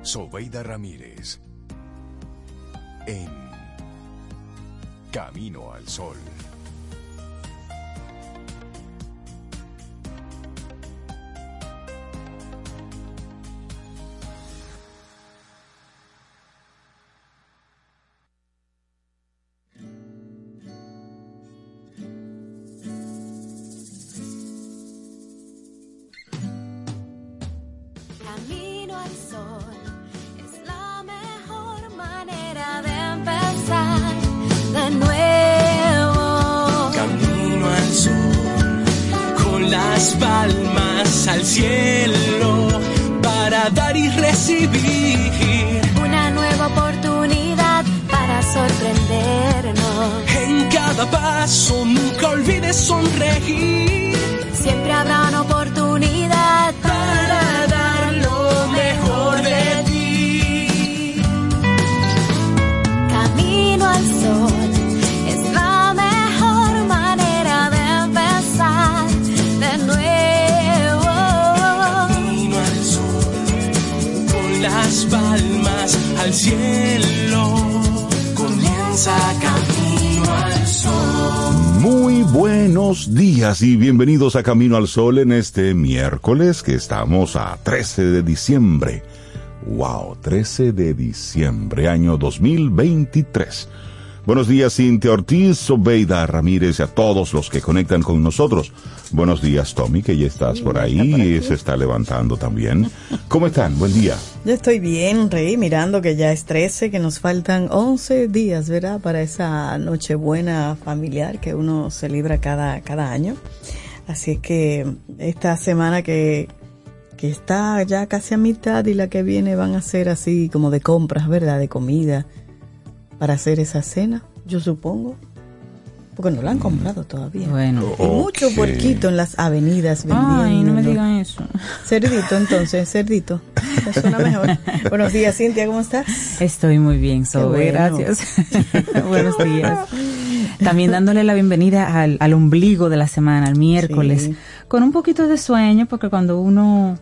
Sobeida Ramírez en Camino al Sol. Camino al Sol es la mejor manera de empezar de nuevo. Camino al sol, con las palmas al cielo, para dar y recibir Una nueva oportunidad para sorprendernos. en cada paso. Nunca olvides sonreír, Siempre habrá una oportunidad para dar lo mejor de ti. Camino al Sol es la mejor manera de empezar de nuevo. Camino al sol, con las palmas al cielo, comienza Camino al Sol. Muy buenos días y bienvenidos a Camino al Sol en este miércoles que estamos a 13 de diciembre. ¡Wow! 13 de diciembre, año 2023. Buenos días, Cintia Ortiz, Sobeida Ramírez y a todos los que conectan con nosotros. Buenos días, Tommy, que ya estás por ahí y se está levantando también. ¿Cómo están? Buen día. Yo estoy bien, Rey, mirando que ya es 13, que nos faltan 11 días, ¿verdad? Para esa Nochebuena familiar que uno celebra cada año. Así que esta semana que está ya casi a mitad y la que viene van a ser así como de compras, ¿verdad? De comida para hacer esa cena, yo supongo. Porque no la han comprado todavía. Bueno. Hay mucho puerquito en las avenidas vendiendo. Ay, no me digan eso. Cerdito, entonces, cerdito. Eso suena mejor. Buenos días, Cintia, ¿cómo estás? Estoy muy bien, Sobe, bueno. gracias. Buenos días. También dándole la bienvenida al ombligo de la semana, al miércoles, Sí. con un poquito de sueño, porque cuando uno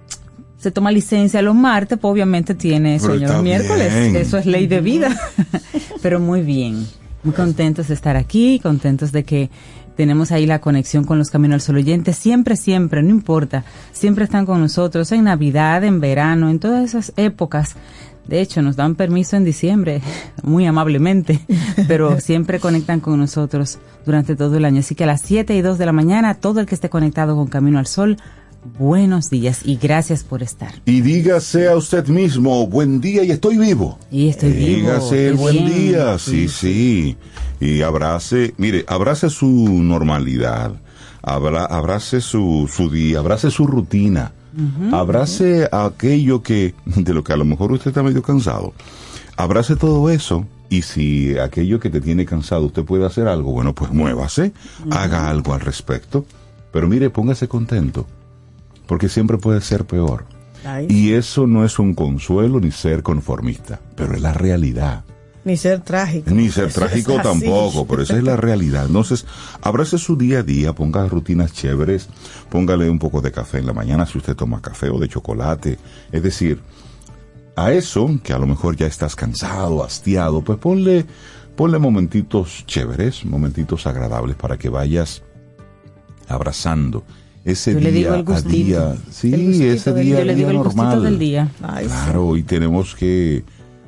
se toma licencia los martes, pues obviamente tiene Pero sueño está los miércoles. bien. Eso es ley de vida. Pero muy bien. Muy contentos de estar aquí, contentos de que tenemos ahí la conexión con los Camino al Sol oyentes. Siempre, no importa, siempre están con nosotros en Navidad, en verano, en todas esas épocas. De hecho, nos dan permiso en diciembre, muy amablemente, pero siempre conectan con nosotros durante todo el año. Así que a las 7:02 de la mañana, todo el que esté conectado con Camino al Sol, buenos días y gracias por estar. Y dígase a usted mismo, buen día y estoy vivo. Y estoy vivo. Dígase el qué buen bien. día, sí. Y abrace su normalidad, abrace su día, abrace su rutina, abrace aquello de lo que a lo mejor usted está medio cansado. Abrace todo eso. Y si aquello que te tiene cansado usted puede hacer algo, bueno, pues muévase, haga algo al respecto. Pero mire, póngase contento, porque siempre puede ser peor. Ay, Y eso no es un consuelo ni ser conformista, pero es la realidad. ni ser trágico. Ni ser Eso trágico es así. tampoco, pero esa es la realidad. Entonces, abrace su día a día, ponga rutinas chéveres, póngale un poco de café en la mañana si usted toma café o de chocolate. Es decir, a eso, que a lo mejor ya estás cansado, hastiado, pues ponle momentitos chéveres, momentitos agradables para que vayas abrazando ese Yo le digo día el a gustito. día. Sí, El gustito ese del día Yo a le digo día el gustito normal. del día. Ay, sí. Claro, y tenemos que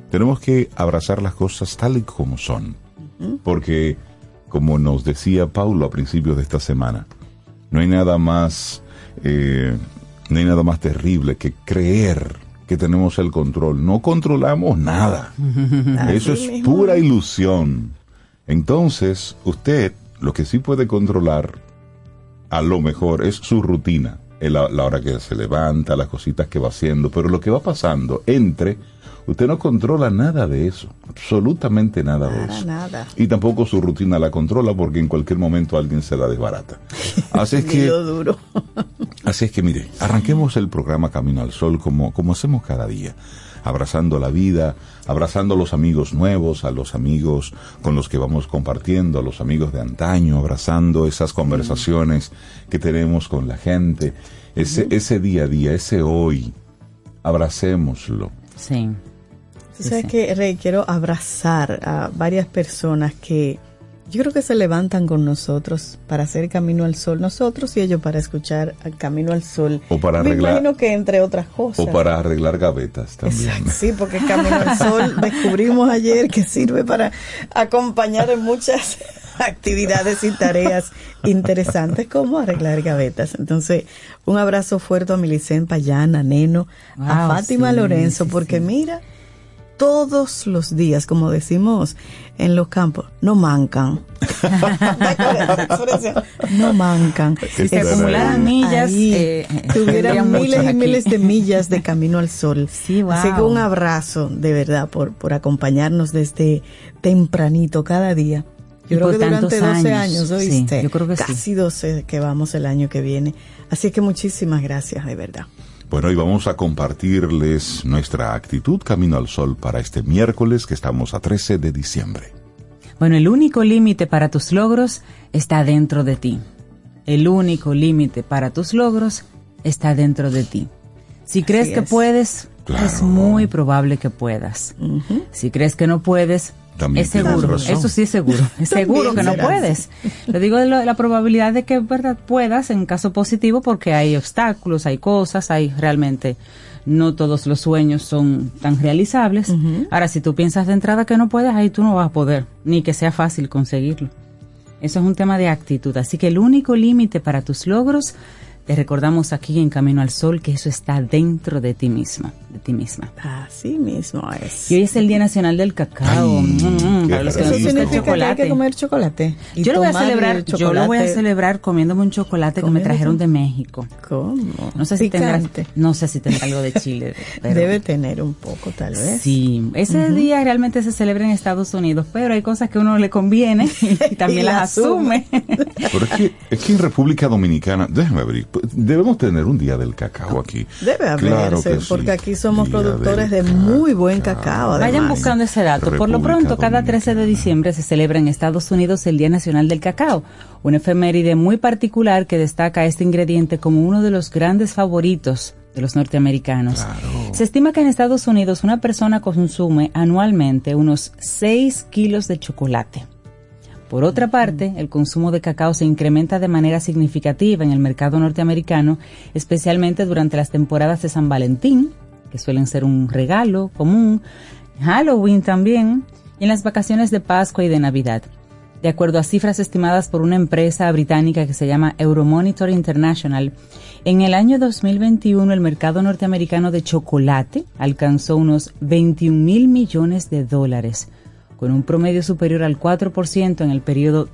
abrazar las cosas tal y como son. Porque, como nos decía Paulo a principios de esta semana, no hay nada más terrible que creer que tenemos el control. No controlamos nada. Eso Así es mismo. pura ilusión. Entonces, usted lo que sí puede controlar, a lo mejor, es su rutina. La hora que se levanta, las cositas que va haciendo, pero lo que va pasando usted no controla nada de eso, absolutamente nada de Para eso. nada. Y tampoco su rutina la controla porque en cualquier momento alguien se la desbarata. Así es Dilo duro. mire, arranquemos el programa Camino al Sol como hacemos cada día, abrazando la vida, abrazando a los amigos nuevos, a los amigos con los que vamos compartiendo, a los amigos de antaño, abrazando esas conversaciones que tenemos con la gente, ese día a día, ese hoy, abracémoslo. Sí. Tú sabes que, Rey, quiero abrazar a varias personas que yo creo que se levantan con nosotros para hacer Camino al Sol, nosotros y ellos para escuchar Camino al Sol. O para Me arreglar, imagino que entre otras cosas. o para arreglar gavetas también. Exacto, sí, porque Camino al Sol descubrimos ayer que sirve para acompañar en muchas actividades y tareas interesantes como arreglar gavetas. Entonces, un abrazo fuerte a Milicen Payán, a Neno, a Fátima sí, Lorenzo, sí, porque sí. mira, todos los días, como decimos en los campos, no mancan. No mancan. Si se acumularan millas, tuvieran tendrían miles muchos y aquí. miles de millas de Camino al Sol. Sí, wow. Así que un abrazo de verdad por acompañarnos desde tempranito cada día. Y Yo creo por que durante tantos 12 años, años, ¿oíste? sí, yo creo que casi sí. 12 que vamos el año que viene. Así que muchísimas gracias, de verdad. Bueno, y vamos a compartirles nuestra actitud Camino al Sol para este miércoles que estamos a 13 de diciembre. Bueno, el único límite para tus logros está dentro de ti. El único límite para tus logros está dentro de ti. Si crees que es. puedes, Claro. es muy probable que puedas. Si crees que no puedes, También es tienes seguro. razón. Eso sí es seguro. Es seguro que También no será puedes. Lo digo de la probabilidad de que verdad puedas en caso positivo porque hay obstáculos, hay cosas, hay realmente no todos los sueños son tan realizables. Ahora, si tú piensas de entrada que no puedes, ahí tú no vas a poder, ni que sea fácil conseguirlo. Eso es un tema de actitud. Así que el único límite para tus logros, te recordamos aquí en Camino al Sol, que eso está dentro de ti misma, de ti misma. Así mismo es. Y hoy es el Día Nacional del Cacao. Ay, qué Para los que rico. nos Eso gusta el significa que hay chocolate. que comer chocolate. Y Yo lo voy a tomar celebrar, el yo lo voy a chocolate. celebrar comiéndome un chocolate que me Comiendo. trajeron de México. ¿Cómo? No sé si tendrá, Picante. no sé si tendrá algo de Chile, pero Debe tener un poco, tal vez. sí, ese día realmente se celebra en Estados Unidos, pero hay cosas que a uno le conviene y también Y las la asume. Pero es que en República Dominicana, déjame ver, debemos tener un día del cacao aquí. Debe haberse, Claro que sí. porque aquí somos Día productores de del muy buen cacao. Vayan además. buscando ese dato. Por lo República pronto, cada 13 de diciembre se celebra en Estados Unidos el Día Nacional del Cacao, una efeméride muy particular que destaca este ingrediente como uno de los grandes favoritos de los norteamericanos. Claro. Se estima que en Estados Unidos una persona consume anualmente unos 6 kilos de chocolate. Por otra parte, el consumo de cacao se incrementa de manera significativa en el mercado norteamericano, especialmente durante las temporadas de San Valentín, que suelen ser un regalo común, Halloween también, y en las vacaciones de Pascua y de Navidad. De acuerdo a cifras estimadas por una empresa británica que se llama Euromonitor International, en el año 2021 el mercado norteamericano de chocolate alcanzó unos 21.000 millones de dólares, con un promedio superior al 4% en el periodo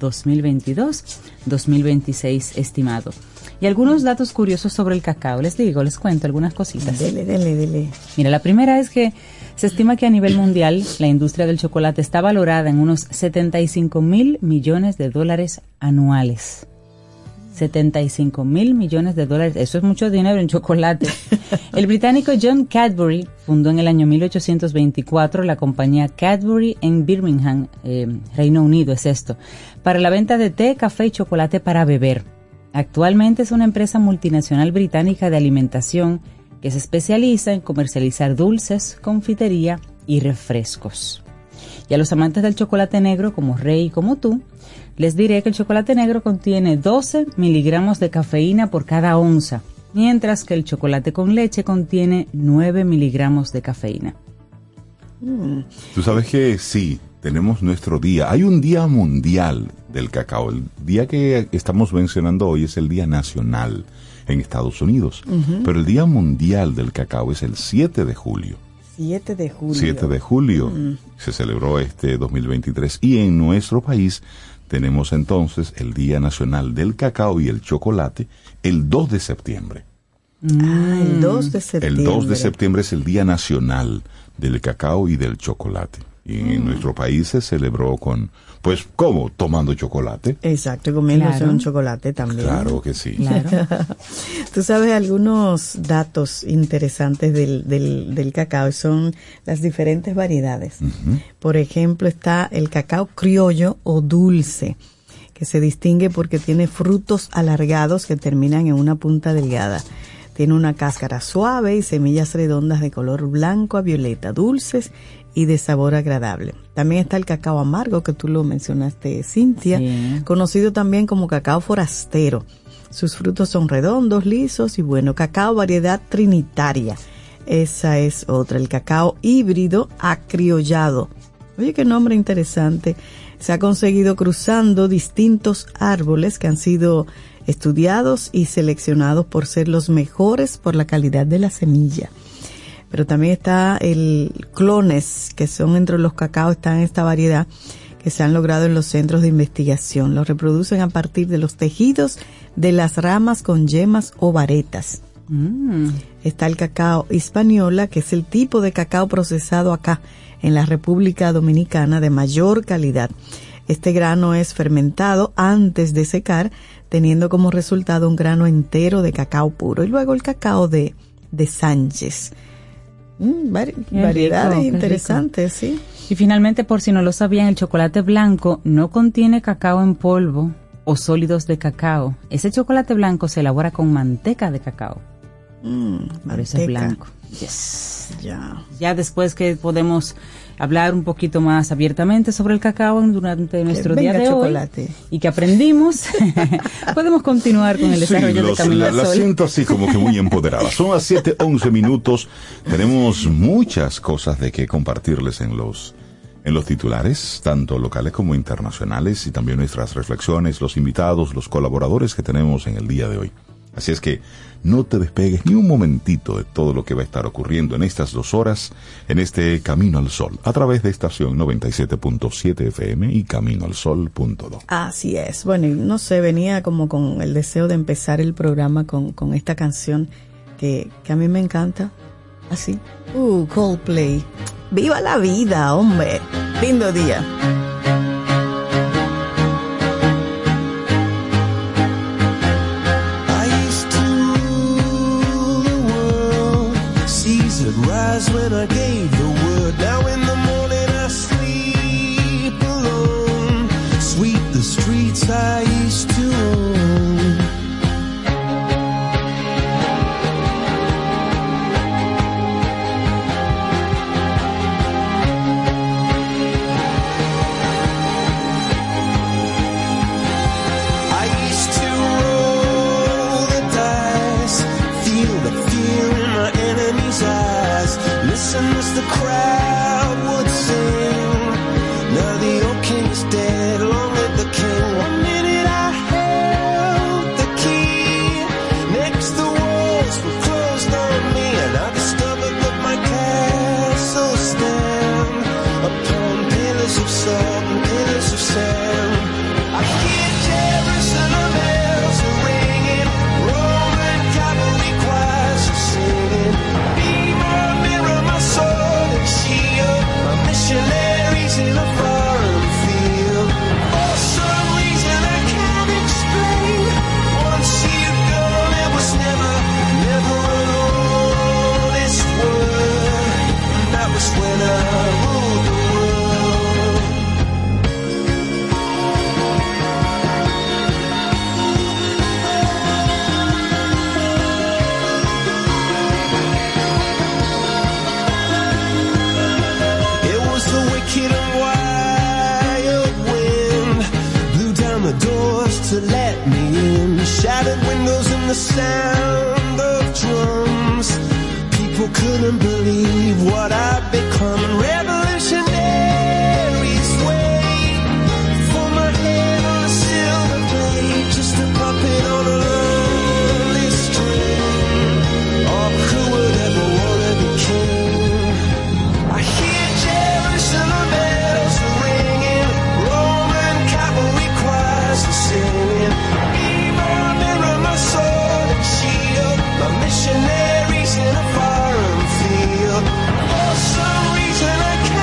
2022-2026 estimado. Y algunos datos curiosos sobre el cacao, les cuento algunas cositas. Dele. Mira, la primera es que se estima que a nivel mundial la industria del chocolate está valorada en unos 75.000 millones de dólares anuales. 75.000 millones de dólares, eso es mucho dinero en chocolate. El británico John Cadbury fundó en el año 1824 la compañía Cadbury en Birmingham, Reino Unido es esto, para la venta de té, café y chocolate para beber. Actualmente es una empresa multinacional británica de alimentación que se especializa en comercializar dulces, confitería y refrescos. Y a los amantes del chocolate negro como Rey y como tú, les diré que el chocolate negro contiene 12 miligramos de cafeína por cada onza, mientras que el chocolate con leche contiene 9 miligramos de cafeína. Tú sabes que sí, tenemos nuestro día. Hay un día mundial del cacao. El día que estamos mencionando hoy es el Día Nacional en Estados Unidos. Pero el Día Mundial del Cacao es el 7 de julio. 7 de julio. 7 de julio se celebró este 2023 y en nuestro país tenemos entonces el Día Nacional del Cacao y el Chocolate el 2 de septiembre. El 2 de septiembre. El 2 de septiembre es el Día Nacional del Cacao y del Chocolate. Y en nuestro país se celebró con, pues, ¿cómo? Tomando chocolate. Exacto, comiéndose Claro. un chocolate también. Claro que sí. Claro. Tú sabes algunos datos interesantes del cacao, son las diferentes variedades. Por ejemplo, está el cacao criollo o dulce, que se distingue porque tiene frutos alargados que terminan en una punta delgada. Tiene una cáscara suave y semillas redondas de color blanco a violeta, dulces y de sabor agradable. También está el cacao amargo, que tú lo mencionaste, Cintia, sí, conocido también como cacao forastero. Sus frutos son redondos, lisos y bueno, cacao variedad trinitaria. Esa es otra, el cacao híbrido acriollado. Oye, qué nombre interesante. Se ha conseguido cruzando distintos árboles que han sido estudiados y seleccionados por ser los mejores por la calidad de la semilla. Pero también está el clones, que son entre los cacaos, están en esta variedad que se han logrado en los centros de investigación. Los reproducen a partir de los tejidos de las ramas con yemas o varetas. Está el cacao Hispaniola, que es el tipo de cacao procesado acá en la República Dominicana de mayor calidad. Este grano es fermentado antes de secar, teniendo como resultado un grano entero de cacao puro. Y luego el cacao de Sánchez. Variedades interesantes, sí. Y finalmente, por si no lo sabían, el chocolate blanco no contiene cacao en polvo o sólidos de cacao. Ese chocolate blanco se elabora con manteca de cacao. Por eso es blanco. Yes. Ya después que podemos hablar un poquito más abiertamente sobre el cacao durante nuestro día de chocolate hoy y que aprendimos, podemos continuar con el desarrollo de Camino al Sol. La siento así como que muy empoderada. Son las 7:11 minutos. Tenemos muchas cosas de qué compartirles en los titulares, tanto locales como internacionales, y también nuestras reflexiones, los invitados, los colaboradores que tenemos en el día de hoy. Así es que no te despegues ni un momentito de todo lo que va a estar ocurriendo en estas 2 horas, en este Camino al Sol, a través de estación 97.7 FM y caminoalsol.do. Así es. Bueno, y no sé, venía como con el deseo de empezar el programa con esta canción que a mí me encanta. Así. Coldplay. ¡Viva la vida, hombre! Lindo día. Rise when I gave the word. Now in the morning I sleep alone. Sweep the streets I used to own. I used to roll the dice, feel the fear in my enemy's eyes. Listen as the crowd would sing. Now the old king's dead, long live the king. 1 minute I held the key. Next the walls were closed on me, and I discovered that my castle stand upon pillars of salt and pillars of sand. I hear Jerusalem bells are ringing, Roman cavalry choirs are singing. Be my mirror, my sword and shield, my missionaries in a foreign field. For some reason I can't explain, once you've gone it was never an honest word. And that was when I ruled the world. It was the wicked and wild wind, blew down the doors to let me in, shattered windows and the sound of drums. People couldn't believe what I'd become, and revolutionaries wait for my head on a silver plate, just a puppet on a lonely string. Oh, who would ever wanna be king? I hear Jerusalem bells are ringing, Roman cavalry choirs are singing. Be my mirror, my sword and shield, my missionaries in a foreign field. For some reason I can't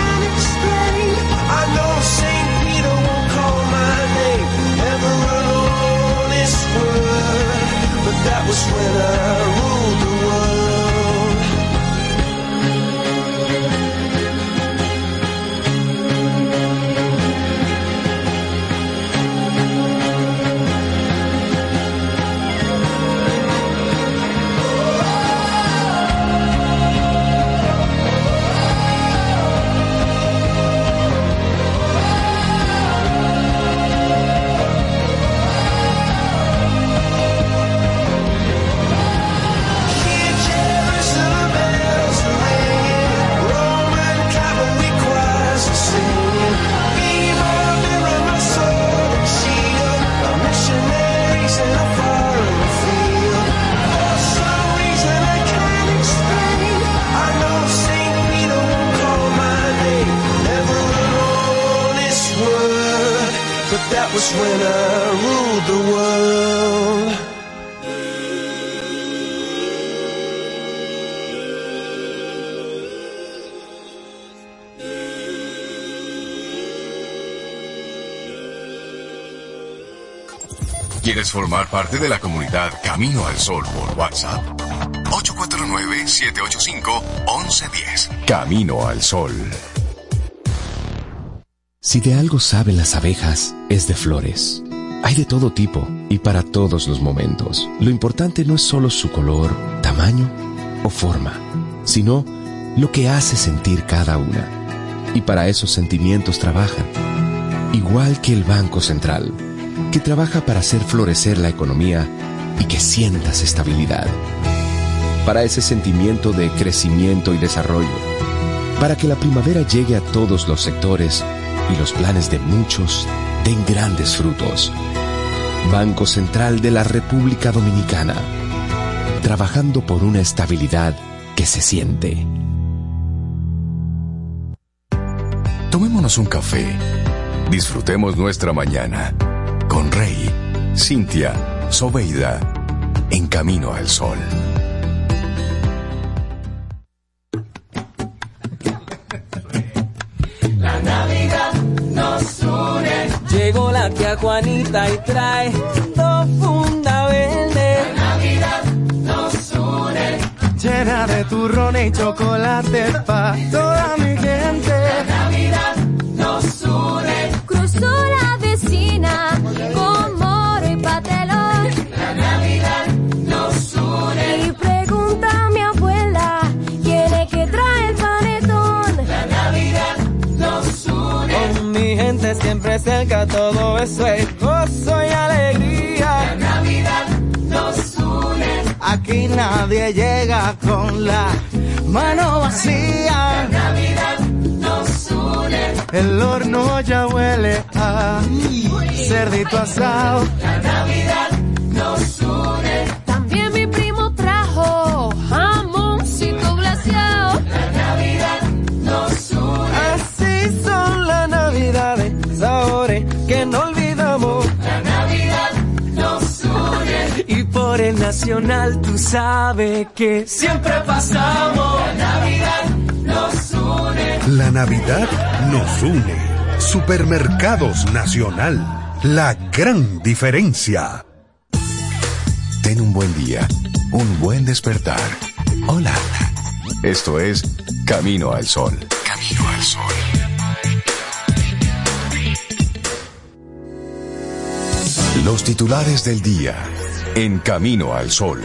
was when I ruled the world. ¿Quieres formar parte de la comunidad Camino al Sol por WhatsApp? 849-785-1110. Camino al Sol. Si de algo saben las abejas, es de flores. Hay de todo tipo y para todos los momentos. Lo importante no es solo su color, tamaño o forma, sino lo que hace sentir cada una. Y para esos sentimientos trabajan. Igual que el Banco Central, que trabaja para hacer florecer la economía y que sientas estabilidad. Para ese sentimiento de crecimiento y desarrollo. Para que la primavera llegue a todos los sectores y los planes de muchos den grandes frutos. Banco Central de la República Dominicana. Trabajando por una estabilidad que se siente. Tomémonos un café. Disfrutemos nuestra mañana con Rey, Cintia, Sobeida, en Camino al Sol. La Navidad nos une. Llegó la tía Juanita y trae 2 fundas verdes. La Navidad nos une. Llena de turrones y chocolate pa' toda mi gente. La Navidad nos une. Cruzó la vecina con moro y patelón. La Navidad nos une. Y pregunta a mi abuela quién es que trae el panetón. La Navidad nos une. Con mi gente siempre cerca, todo eso es gozo y alegría. La Navidad nos une. Aquí nadie llega con la mano vacía. La Navidad nos une. El horno ya huele a cerdito asado. La Navidad nos une. También mi primo trajo jamoncito glaseado. La Navidad nos une. Así son las Navidades, sabores que no olvidamos. La Navidad nos une. Y por el Nacional tú sabes que siempre pasamos. La Navidad nos une. La Navidad nos une. Supermercados Nacional. La gran diferencia. Ten un buen día, un buen despertar. Hola. Esto es Camino al Sol. Camino al Sol. Los titulares del día en Camino al Sol.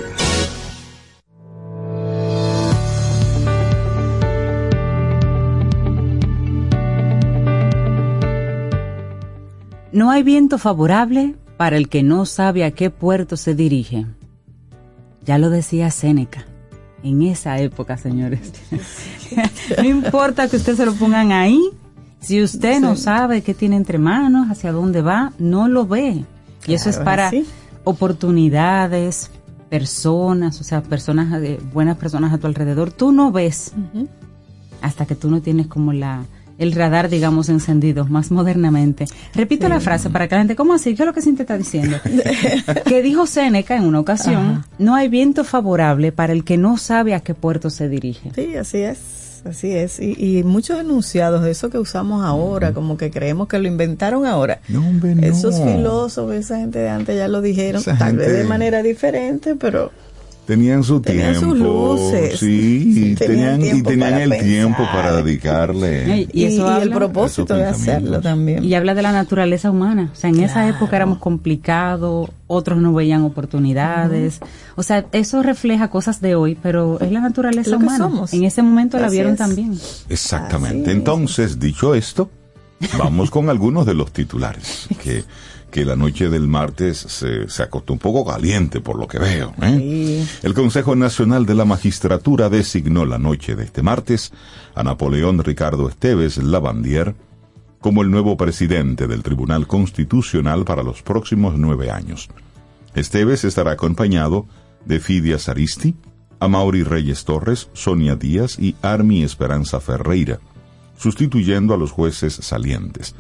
No hay viento favorable para el que no sabe a qué puerto se dirige. Ya lo decía Séneca. En esa época, señores. No importa que usted se lo pongan ahí. Si usted no sabe qué tiene entre manos, hacia dónde va, no lo ve. Y eso es para oportunidades, personas, o sea, personas, buenas personas a tu alrededor. Tú no ves hasta que tú no tienes como el radar, digamos, encendido más modernamente. Repito la frase para que la gente, ¿cómo así? ¿Qué es lo que Cintia está diciendo? Que dijo Séneca en una ocasión, no hay viento favorable para el que no sabe a qué puerto se dirige. Sí, así es. Así es, y muchos enunciados de eso que usamos ahora, como que creemos que lo inventaron ahora. No, hombre, no. Esos filósofos, esa gente de antes ya lo dijeron, tal vez de manera diferente, pero tenían su tiempo, sus luces. Sí, tenían el pensar. tiempo para dedicarle. Y eso el propósito de hacerlo también. Y habla de la naturaleza humana. O sea, en esa época éramos complicados, otros no veían oportunidades. O sea, eso refleja cosas de hoy, pero es la naturaleza humana. Somos. En ese momento la vieron también. Exactamente. Entonces, dicho esto, vamos con algunos de los titulares que la noche del martes se acostó un poco caliente por lo que veo. Sí. El Consejo Nacional de la Magistratura designó la noche de este martes a Napoleón Ricardo Esteves Lavandier como el nuevo presidente del Tribunal Constitucional para los próximos 9 años. Esteves estará acompañado de Fidias Aristi, Amaury Reyes Torres, Sonia Díaz y Armi Esperanza Ferreira, sustituyendo a los jueces salientes.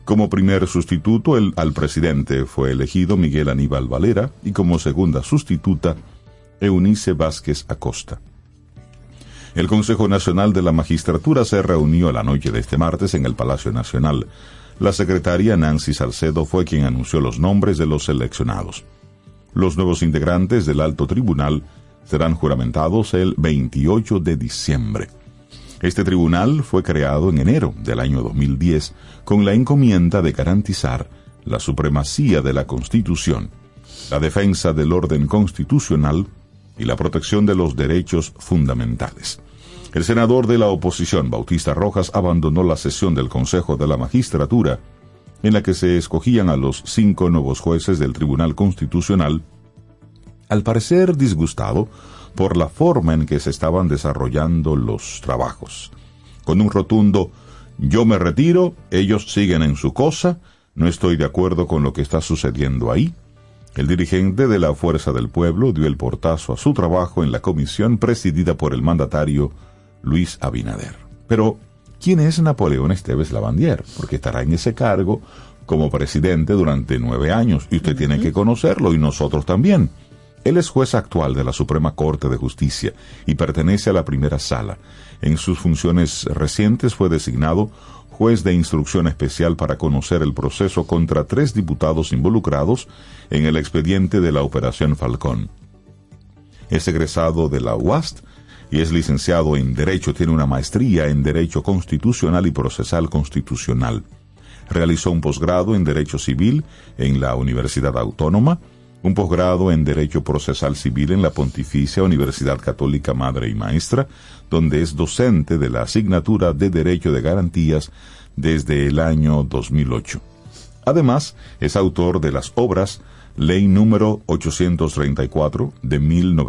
Como primer sustituto al presidente fue elegido Miguel Aníbal Valera y como segunda sustituta Eunice Vázquez Acosta. El Consejo Nacional de la Magistratura se reunió la noche de este martes en el Palacio Nacional. La secretaria Nancy Salcedo fue quien anunció los nombres de los seleccionados. Los nuevos integrantes del Alto Tribunal serán juramentados el 28 de diciembre. Este tribunal fue creado en enero del año 2010 con la encomienda de garantizar la supremacía de la Constitución, la defensa del orden constitucional y la protección de los derechos fundamentales. El senador de la oposición, Bautista Rojas, abandonó la sesión del Consejo de la Magistratura, en la que se escogían a los 5 nuevos jueces del Tribunal Constitucional, al parecer disgustado por la forma en que se estaban desarrollando los trabajos. Con un rotundo "yo me retiro, ellos siguen en su cosa, no estoy de acuerdo con lo que está sucediendo ahí", el dirigente de la Fuerza del Pueblo dio el portazo a su trabajo en la comisión presidida por el mandatario Luis Abinader. Pero, ¿quién es Napoleón Esteves Lavandier? Porque estará en ese cargo como presidente durante 9 años, y usted tiene que conocerlo, y nosotros también. Él es juez actual de la Suprema Corte de Justicia y pertenece a la primera sala. En sus funciones recientes fue designado juez de instrucción especial para conocer el proceso contra 3 diputados involucrados en el expediente de la Operación Falcón. Es egresado de la UAST y es licenciado en Derecho, tiene una maestría en Derecho Constitucional y Procesal Constitucional. Realizó un posgrado en Derecho Civil en la Universidad Autónoma, un posgrado en Derecho Procesal Civil en la Pontificia Universidad Católica Madre y Maestra, donde es docente de la asignatura de Derecho de Garantías desde el año 2008. Además, es autor de las obras Ley número 834 de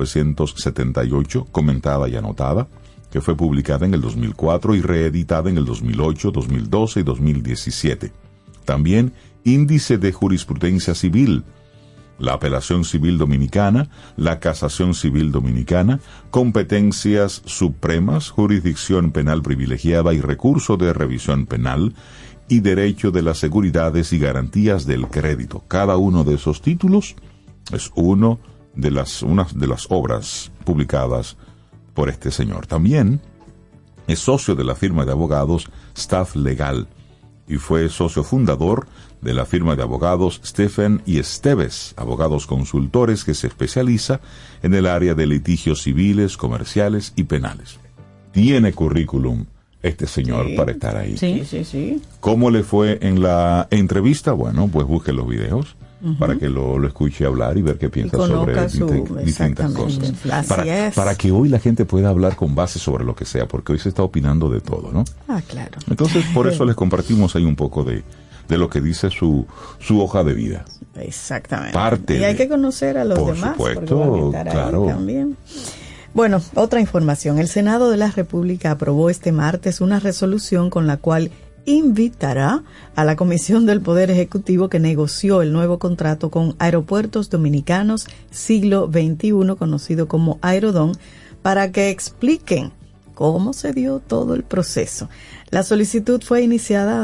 1978, comentada y anotada, que fue publicada en el 2004 y reeditada en el 2008, 2012 y 2017. También Índice de Jurisprudencia Civil, la Apelación Civil Dominicana, la Casación Civil Dominicana, Competencias Supremas, Jurisdicción Penal Privilegiada y Recurso de Revisión Penal, y Derecho de las Seguridades y Garantías del Crédito. Cada uno de esos títulos es una de las obras publicadas por este señor. También es socio de la firma de abogados Staff Legal y fue socio fundador de la firma de abogados Stephen y Esteves, abogados consultores que se especializa en el área de litigios civiles, comerciales y penales. Tiene currículum este señor para estar ahí. Sí. ¿Cómo le fue en la entrevista? Bueno, pues busque los videos para que lo escuche hablar y ver qué piensa sobre distintas cosas. Para que hoy la gente pueda hablar con base sobre lo que sea, porque hoy se está opinando de todo, ¿no? Ah, claro. Entonces, por eso les compartimos ahí un poco de lo que dice su hoja de vida. Exactamente. Y hay que conocer a los demás. Por supuesto, claro. Ahí también. Bueno, otra información. El Senado de la República aprobó este martes una resolución con la cual invitará a la Comisión del Poder Ejecutivo que negoció el nuevo contrato con Aeropuertos Dominicanos Siglo XXI, conocido como Aerodón, para que expliquen cómo se dio todo el proceso. La solicitud fue iniciativa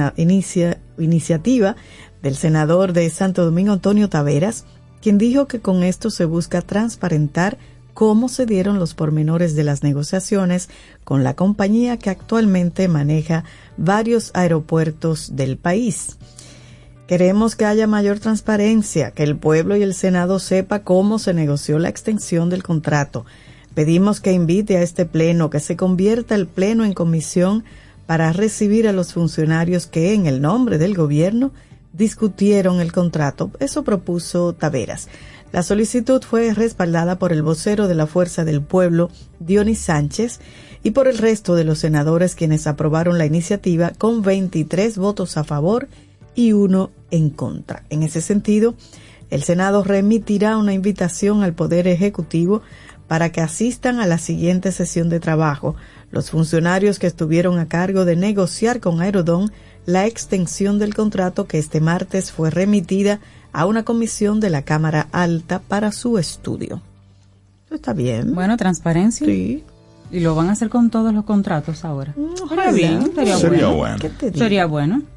del senador de Santo Domingo, Antonio Taveras, quien dijo que con esto se busca transparentar cómo se dieron los pormenores de las negociaciones con la compañía que actualmente maneja varios aeropuertos del país. Queremos que haya mayor transparencia, que el pueblo y el Senado sepa cómo se negoció la extensión del contrato. Pedimos que invite a este pleno, que se convierta el pleno en comisión para recibir a los funcionarios que, en el nombre del gobierno, discutieron el contrato. Eso propuso Taveras. La solicitud fue respaldada por el vocero de la Fuerza del Pueblo, Dionis Sánchez, y por el resto de los senadores, quienes aprobaron la iniciativa con 23 votos a favor y 1 en contra. En ese sentido, el Senado remitirá una invitación al Poder Ejecutivo para que asistan a la siguiente sesión de trabajo los funcionarios que estuvieron a cargo de negociar con Aerodón la extensión del contrato, que este martes fue remitida a una comisión de la Cámara Alta para su estudio. Eso está bien. Bueno, transparencia. Sí. Y lo van a hacer con todos los contratos ahora. Sería bien, sería bueno. ¿Qué te digo? Sería bueno.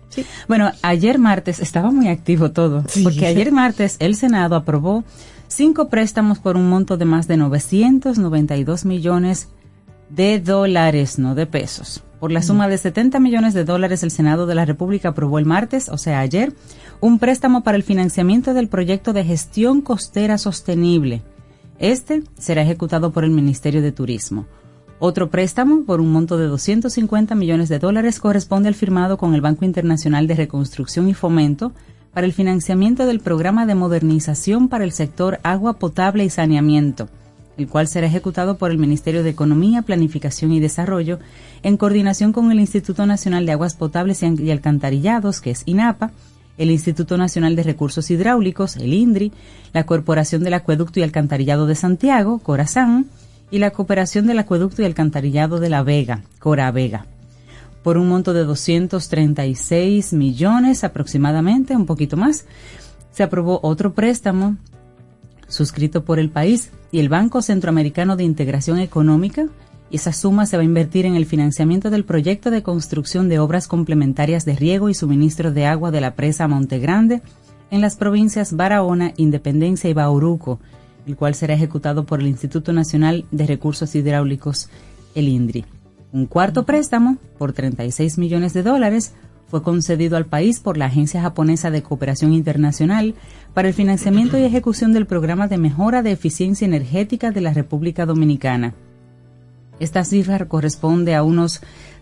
Sí. Bueno, ayer martes estaba muy activo todo, Sí. porque ayer martes el Senado aprobó 5 préstamos por un monto de más de 992 millones de dólares, no de pesos. Por la suma de 70 millones de dólares, el Senado de la República aprobó el martes, o sea, ayer, un préstamo para el financiamiento del proyecto de gestión costera sostenible. Este será ejecutado por el Ministerio de Turismo. Otro préstamo por un monto de 250 millones de dólares corresponde al firmado con el Banco Internacional de Reconstrucción y Fomento para el financiamiento del programa de modernización para el sector agua potable y saneamiento, el cual será ejecutado por el Ministerio de Economía, Planificación y Desarrollo en coordinación con el Instituto Nacional de Aguas Potables y Alcantarillados, que es INAPA, el Instituto Nacional de Recursos Hidráulicos, el INDRI, la Corporación del Acueducto y Alcantarillado de Santiago, Corazán, y la Cooperación del Acueducto y Alcantarillado de La Vega, Coravega, por un monto de 236 millones aproximadamente, un poquito más. Se aprobó otro préstamo suscrito por el país y el Banco Centroamericano de Integración Económica, y esa suma se va a invertir en el financiamiento del proyecto de construcción de obras complementarias de riego y suministro de agua de la presa Monte Grande en las provincias Barahona, Independencia y Bauruco, el cual será ejecutado por el Instituto Nacional de Recursos Hidráulicos, el INDRI. Un cuarto préstamo, por 36 millones de dólares, fue concedido al país por la Agencia Japonesa de Cooperación Internacional para el financiamiento y ejecución del programa de mejora de eficiencia energética de la República Dominicana. Esta cifra corresponde a unos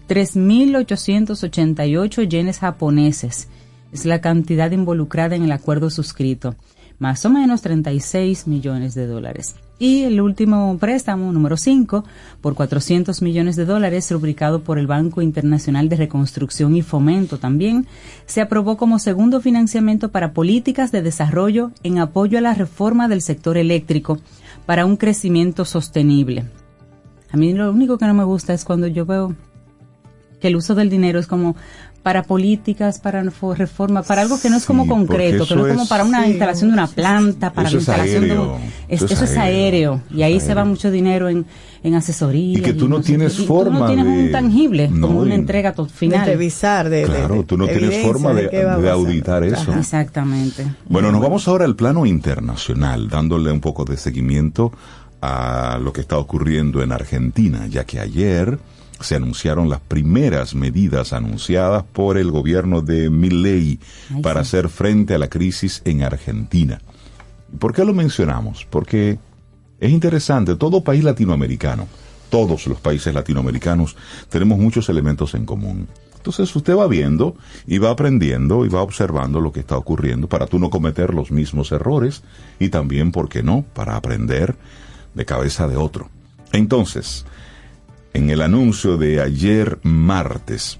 3.888 yenes japoneses. Es la cantidad involucrada en el acuerdo suscrito, más o menos 36 millones de dólares. Y el último préstamo, número 5, por 400 millones de dólares, rubricado por el Banco Internacional de Reconstrucción y Fomento también, se aprobó como segundo financiamiento para políticas de desarrollo en apoyo a la reforma del sector eléctrico para un crecimiento sostenible. A mí lo único que no me gusta es cuando yo veo que el uso del dinero es como para políticas, para reforma, para algo que no es como Sí, concreto, porque que no es eso como es- para una instalación de una planta, para Eso la es instalación de aéreo, un... eso Eso es es aéreo, y ahí aéreo. se va mucho dinero en asesoría. Y que tú no sé tienes qué, y forma tú no tienes de- un tangible, No, como una y- entrega De final. revisar, Claro, tú no tienes evidencia forma de qué va a pasar. auditar eso. Ajá. Exactamente. Bueno, nos vamos ahora al plano internacional, dándole un poco de seguimiento a lo que está ocurriendo en Argentina, ya que ayer se anunciaron las primeras medidas anunciadas por el gobierno de Milei Ay, para sí. hacer frente a la crisis en Argentina. ¿Por qué lo mencionamos? Porque es interesante, todo país latinoamericano, todos los países latinoamericanos tenemos muchos elementos en común. Entonces usted va viendo y va aprendiendo y va observando lo que está ocurriendo para tú no cometer los mismos errores y también, ¿por qué no?, para aprender de cabeza de otro. Entonces, en el anuncio de ayer martes,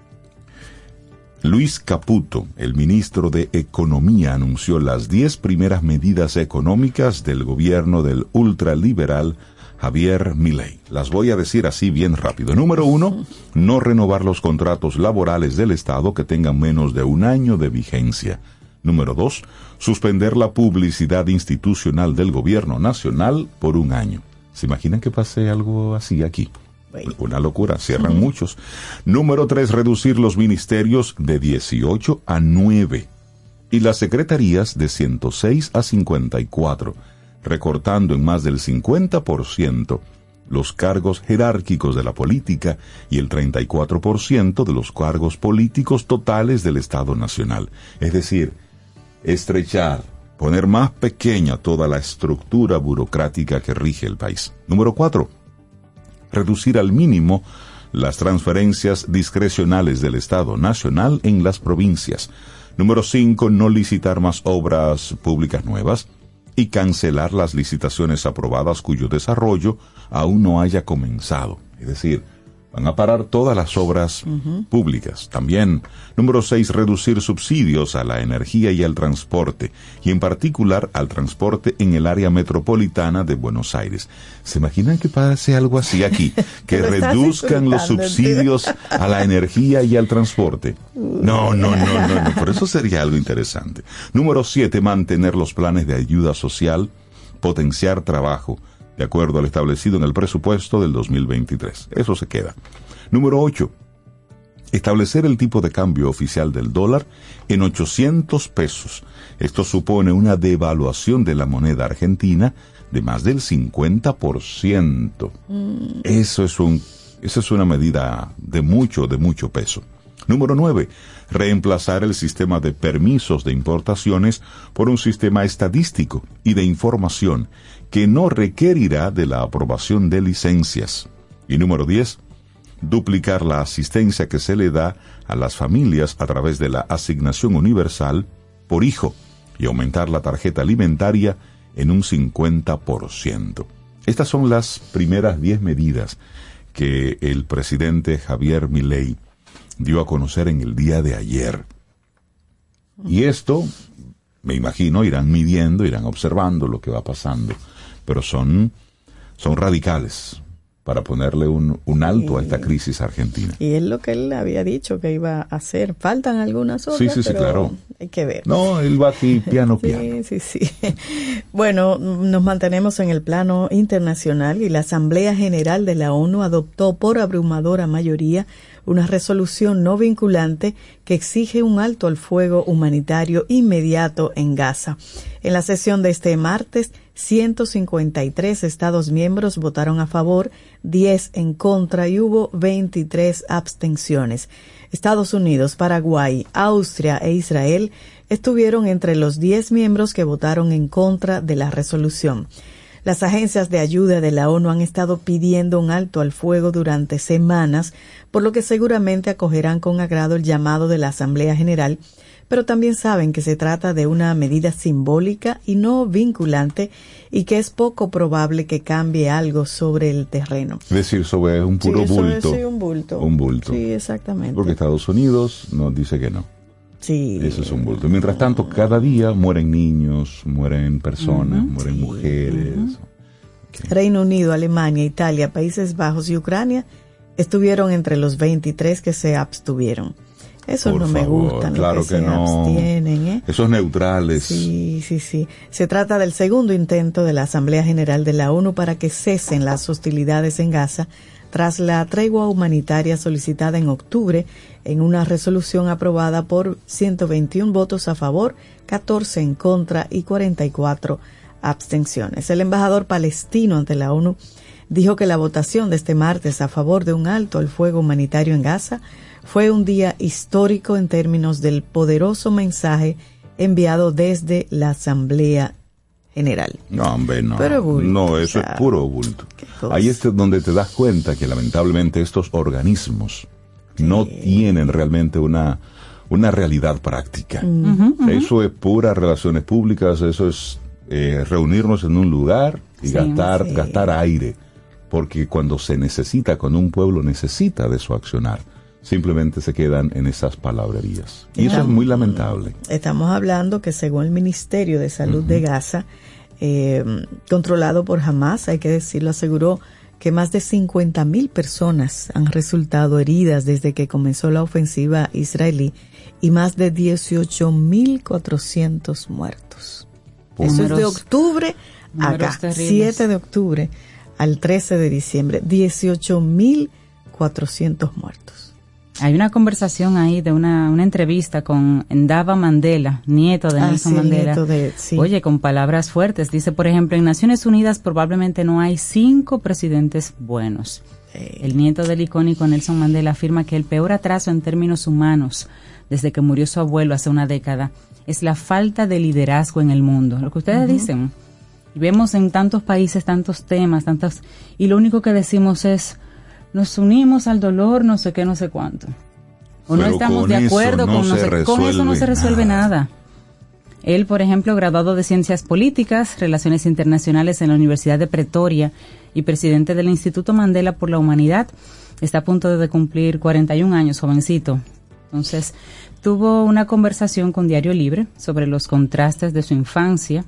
Luis Caputo, el ministro de Economía, anunció las 10 primeras medidas económicas del gobierno del ultraliberal Javier Milei. Las voy a decir así bien rápido. Número 1, no renovar los contratos laborales del Estado que tengan menos de un año de vigencia. Número 2, suspender la publicidad institucional del gobierno nacional por un año. ¿Se imaginan que pase algo así aquí? Una locura, cierran muchos. Número 3, reducir los ministerios de 18 a 9 y las secretarías de 106 a 54, recortando en más del 50% los cargos jerárquicos de la política y el 34% de los cargos políticos totales del Estado Nacional. Es decir, estrechar, poner más pequeña toda la estructura burocrática que rige el país. Número 4, reducir al mínimo las transferencias discrecionales del Estado Nacional en las provincias. Número 5, no licitar más obras públicas nuevas y cancelar las licitaciones aprobadas cuyo desarrollo aún no haya comenzado. Es decir, van a parar todas las obras públicas. También, número 6, reducir subsidios a la energía y al transporte, y en particular al transporte en el área metropolitana de Buenos Aires. ¿Se imaginan que pase algo así aquí? Que Lo estás reduzcan los disfrutando, subsidios a la energía y al transporte. No, por eso sería algo interesante. Número 7, mantener los planes de ayuda social, potenciar trabajo, de acuerdo al establecido en el presupuesto del 2023. Eso se queda. Número 8. establecer el tipo de cambio oficial del dólar en 800 pesos. Esto supone una devaluación de la moneda argentina de más del 50%. Eso es una medida de mucho peso. Número 9. Reemplazar el sistema de permisos de importaciones por un sistema estadístico y de información que no requerirá de la aprobación de licencias. Y número 10. Duplicar la asistencia que se le da a las familias a través de la asignación universal por hijo y aumentar la tarjeta alimentaria en un 50%. Estas son las primeras 10 medidas que el presidente Javier Milei dio a conocer en el día de ayer. Y esto, me imagino, irán midiendo, irán observando lo que va pasando, pero son radicales para ponerle un alto a esta crisis argentina. Y es lo que él había dicho que iba a hacer. Faltan algunas otras, sí, pero claro. Hay que ver. No, él va aquí piano. Sí. Bueno, nos mantenemos en el plano internacional y la Asamblea General de la ONU adoptó por abrumadora mayoría una resolución no vinculante que exige un alto al fuego humanitario inmediato en Gaza. En la sesión de este martes, 153 Estados miembros votaron a favor, 10 en contra y hubo 23 abstenciones. Estados Unidos, Paraguay, Austria e Israel estuvieron entre los 10 miembros que votaron en contra de la resolución. Las agencias de ayuda de la ONU han estado pidiendo un alto al fuego durante semanas, por lo que seguramente acogerán con agrado el llamado de la Asamblea General, pero también saben que se trata de una medida simbólica y no vinculante y que es poco probable que cambie algo sobre el terreno. Es decir, sobre un puro bulto. Sí, un bulto. Un bulto. Sí, exactamente. Porque Estados Unidos nos dice que no. Sí. Eso es un bulto. Mientras tanto, cada día mueren niños, mueren personas, mueren mujeres. Reino Unido, Alemania, Italia, Países Bajos y Ucrania estuvieron entre los 23 que se abstuvieron. Esos Por no me favor, gustan, claro los que que se no. abstienen, Esos neutrales. Sí. Se trata del segundo intento de la Asamblea General de la ONU para que cesen las hostilidades en Gaza tras la tregua humanitaria solicitada en octubre en una resolución aprobada por 121 votos a favor, 14 en contra y 44 abstenciones. El embajador palestino ante la ONU dijo que la votación de este martes a favor de un alto al fuego humanitario en Gaza fue un día histórico en términos del poderoso mensaje enviado desde la Asamblea General. No, hombre, no. Pero bulto, no, eso es puro bulto. Ahí es donde te das cuenta que lamentablemente estos organismos no tienen realmente una realidad práctica. Eso es puras relaciones públicas, eso es reunirnos en un lugar y gastar aire. Porque cuando se necesita, cuando un pueblo necesita de su accionar, simplemente se quedan en esas palabrerías. Y eso es muy lamentable. Estamos hablando que según el Ministerio de Salud de Gaza, controlado por Hamas, hay que decirlo, aseguró que más de 50,000 personas han resultado heridas desde que comenzó la ofensiva israelí y más de 18,400 muertos. Eso es de octubre acá, 7 de octubre al 13 de diciembre, 18,400 muertos. Hay una conversación ahí de una entrevista con Ndaba Mandela, nieto de Nelson Mandela. Oye, con palabras fuertes. Dice, por ejemplo, en Naciones Unidas probablemente no hay 5 presidentes buenos. El nieto del icónico Nelson Mandela afirma que el peor atraso en términos humanos desde que murió su abuelo hace una década es la falta de liderazgo en el mundo. Lo que ustedes dicen. Vemos en tantos países tantos temas, y lo único que decimos es nos unimos al dolor, no sé qué, no sé cuánto. O no estamos de acuerdo con eso no se resuelve nada. Él, por ejemplo, graduado de Ciencias Políticas, Relaciones Internacionales en la Universidad de Pretoria y presidente del Instituto Mandela por la Humanidad, está a punto de cumplir 41 años, jovencito. Entonces, tuvo una conversación con Diario Libre sobre los contrastes de su infancia,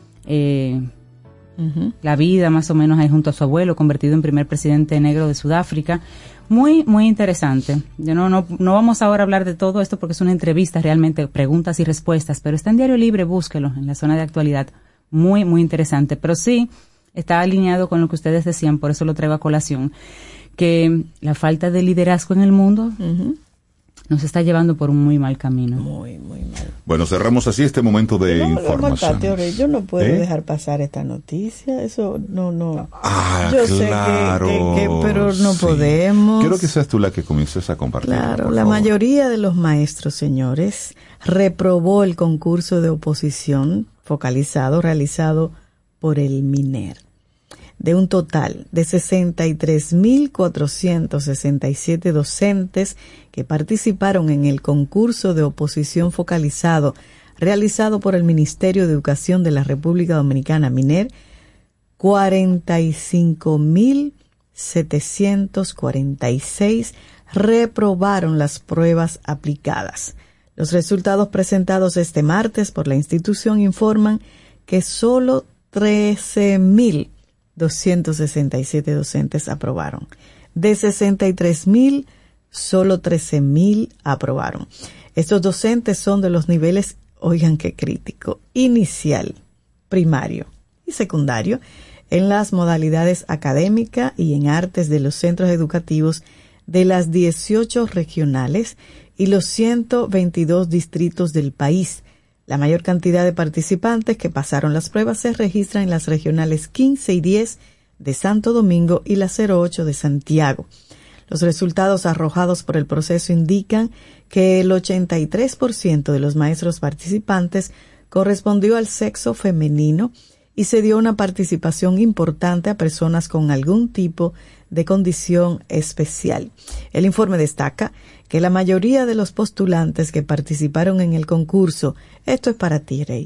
la vida más o menos ahí junto a su abuelo, convertido en primer presidente negro de Sudáfrica. Muy, muy interesante. Yo no vamos ahora a hablar de todo esto porque es una entrevista realmente, preguntas y respuestas, pero está en Diario Libre, búsquelo en la zona de actualidad. Muy, muy interesante. Pero sí, está alineado con lo que ustedes decían, por eso lo traigo a colación, que la falta de liderazgo en el mundo nos está llevando por un muy mal camino. Muy mal. Bueno, cerramos así este momento de información. Yo no puedo dejar pasar esta noticia. Eso no. Yo claro, sé que pero no podemos. Quiero que seas tú la que comiences a compartir. Claro, la mayoría de los maestros, señores, reprobó el concurso de oposición focalizado realizado por el MINER. De un total de 63.467 docentes que participaron en el concurso de oposición focalizado realizado por el Ministerio de Educación de la República Dominicana, MINER, 45.746 reprobaron las pruebas aplicadas. Los resultados presentados este martes por la institución informan que solo 13.267 docentes aprobaron. De 63.000, solo 13.000 aprobaron. Estos docentes son de los niveles, oigan qué crítico, inicial, primario y secundario, en las modalidades académica y en artes de los centros educativos de las 18 regionales y los 122 distritos del país. La mayor cantidad de participantes que pasaron las pruebas se registra en las regionales 15 y 10 de Santo Domingo y la 08 de Santiago. Los resultados arrojados por el proceso indican que el 83% de los maestros participantes correspondió al sexo femenino y se dio una participación importante a personas con algún tipo de condición especial. El informe destaca que la mayoría de los postulantes que participaron en el concurso, esto es para ti, Rey,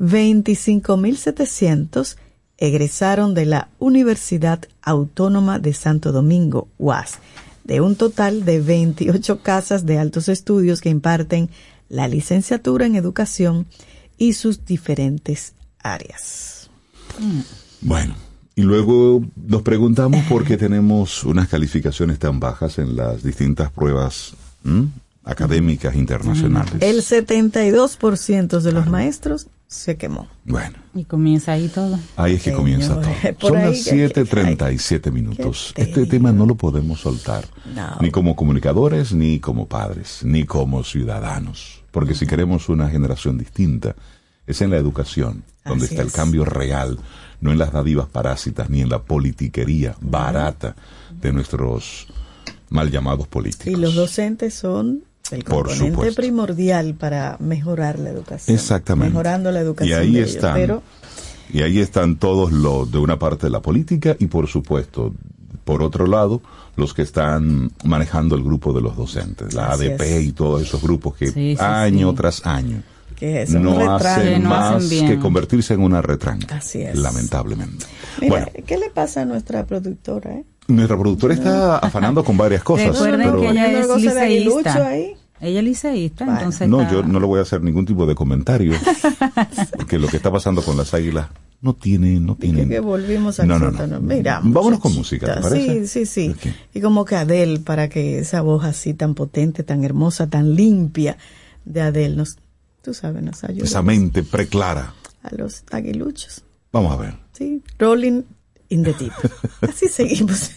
25.700 egresaron de la Universidad Autónoma de Santo Domingo, UAS, de un total de 28 casas de altos estudios que imparten la licenciatura en educación y sus diferentes áreas. Bueno, y luego nos preguntamos por qué tenemos unas calificaciones tan bajas en las distintas pruebas académicas internacionales. El 72% de los maestros se quemó. Bueno. Y comienza ahí todo. Ahí es que comienza todo. Son las 7:37 minutos. Este tema no lo podemos soltar. No. Ni como comunicadores, ni como padres, ni como ciudadanos. Porque si queremos una generación distinta, es en la educación donde está el cambio real, no en las dádivas parásitas, ni en la politiquería barata de nuestros mal llamados políticos. Y los docentes son el componente primordial para mejorar la educación. Exactamente. Mejorando la educación y ahí de están, ellos. Y ahí están todos los de una parte de la política y, por supuesto, por otro lado, los que están manejando el grupo de los docentes, la ADP y todos esos grupos que año tras año no hacen más que convertirse en una retranca. Así es. Lamentablemente. Mira, bueno, ¿qué le pasa a nuestra productora? Nuestra productora está afanando con varias cosas. Recuerden pero que ella es liceísta. Ahí. Ella es liceísta, bueno, entonces no, yo no le voy a hacer ningún tipo de comentario, porque lo que está pasando con las águilas no tiene. Que volvimos a no. Mira, vámonos con música, ¿te parece? Sí. Okay. Y como que Adele, para que esa voz así tan potente, tan hermosa, tan limpia de Adele nos ayude. Esa mente preclara. A los aguiluchos. Vamos a ver. Sí, Rolling in the Deep. Así seguimos.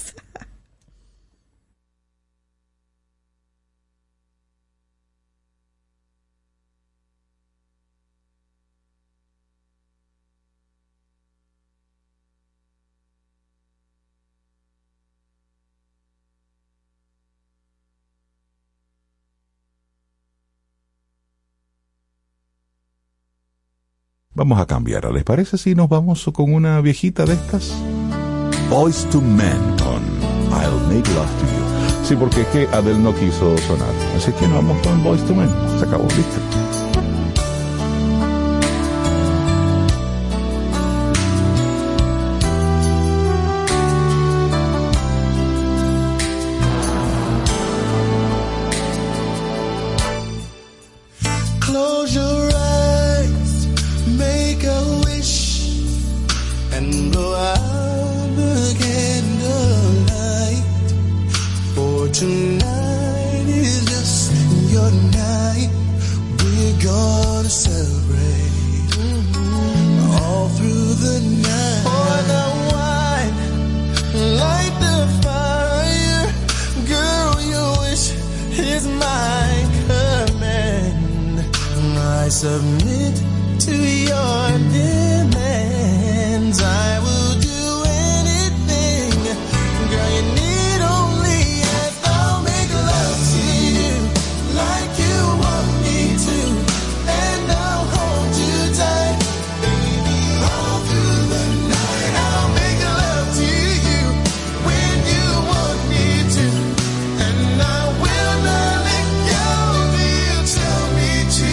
Vamos a cambiar, ¿les parece si nos vamos con una viejita de estas? Boyz II Men con I'll Make Love to You. Sí, porque es que Adele no quiso sonar. Así que nos vamos con Boyz II Men. Se acabó, listo. Close your eyes, make a wish, and blow out the candlelight. For tonight is just your night. We're gonna celebrate all through the night. Pour the wine, light the fire, girl. You wish you is my command. I submit to your demands. I will do anything, girl, you need only ask. I'll make love to you like you want me to, and I'll hold you tight, baby, all through the night. I'll make love to you when you want me to, and I will not let go till you tell me to.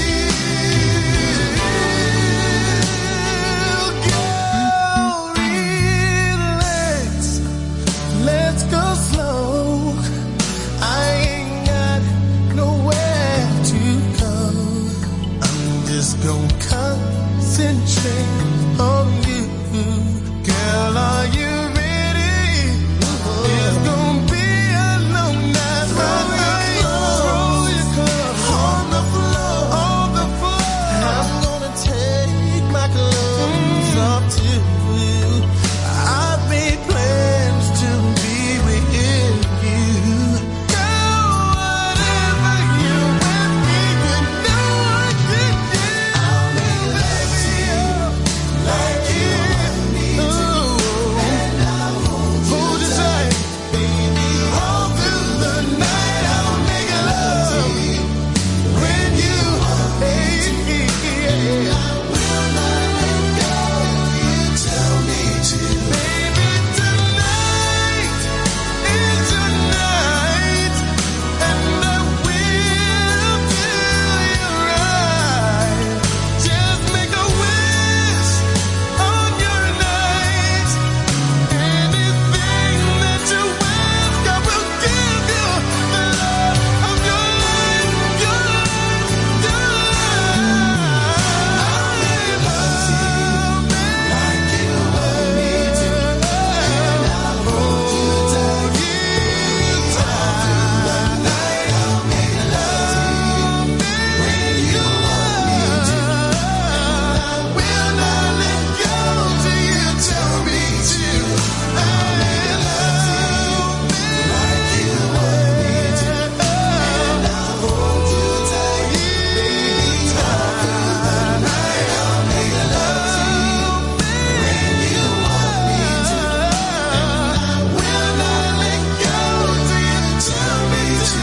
Concentrate on you, girl. Are you ready? It's gonna be a long night. Throw your clothes on the floor. I'm gonna take my clothes off too. I've made plans to be with you. Girl, whatever you want me, you know I can do. I'll make love to you like you want me to, and I'll hold you tight, baby, all through the night. I'll make love to you when you want me to, and I will not let go till you tell me to. Baby, tonight is your night, and I will do you right. Just make a wish on your night. Anything that you ask, I will give you the love of your life, your life, your life. I'll make love to you like you want me to, and I'll hold you tight, all through the night. I'll make love to you when you want me to, and I will not let go till you tell me to. I'll make love like you want me to, and I'll hold you tight, baby, all through the night. I'll make love to you when you want me to, and I will not let go till you tell me to.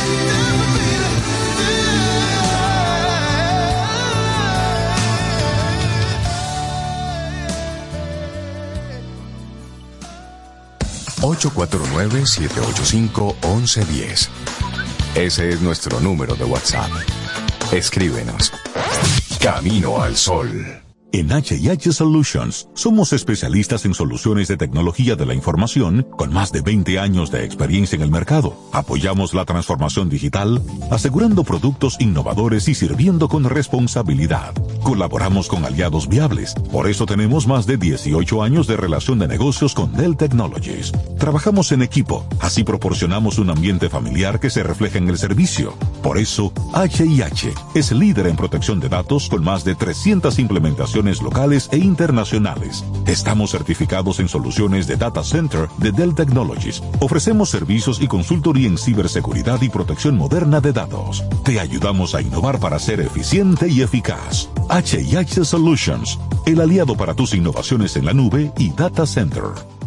849-785-1110. Ese es nuestro número de WhatsApp. Escríbenos. Camino al Sol. En H&H Solutions somos especialistas en soluciones de tecnología de la información con más de 20 años de experiencia en el mercado. Apoyamos la transformación digital, asegurando productos innovadores y sirviendo con responsabilidad. Colaboramos con aliados viables. Por eso tenemos más de 18 años de relación de negocios con Dell Technologies. Trabajamos en equipo, así proporcionamos un ambiente familiar que se refleja en el servicio. Por eso, H&H es líder en protección de datos con más de 300 implementaciones locales e internacionales. Estamos certificados en soluciones de Data Center de Dell Technologies. Ofrecemos servicios y consultoría en ciberseguridad y protección moderna de datos. Te ayudamos a innovar para ser eficiente y eficaz. H&H Solutions, el aliado para tus innovaciones en la nube y Data Center.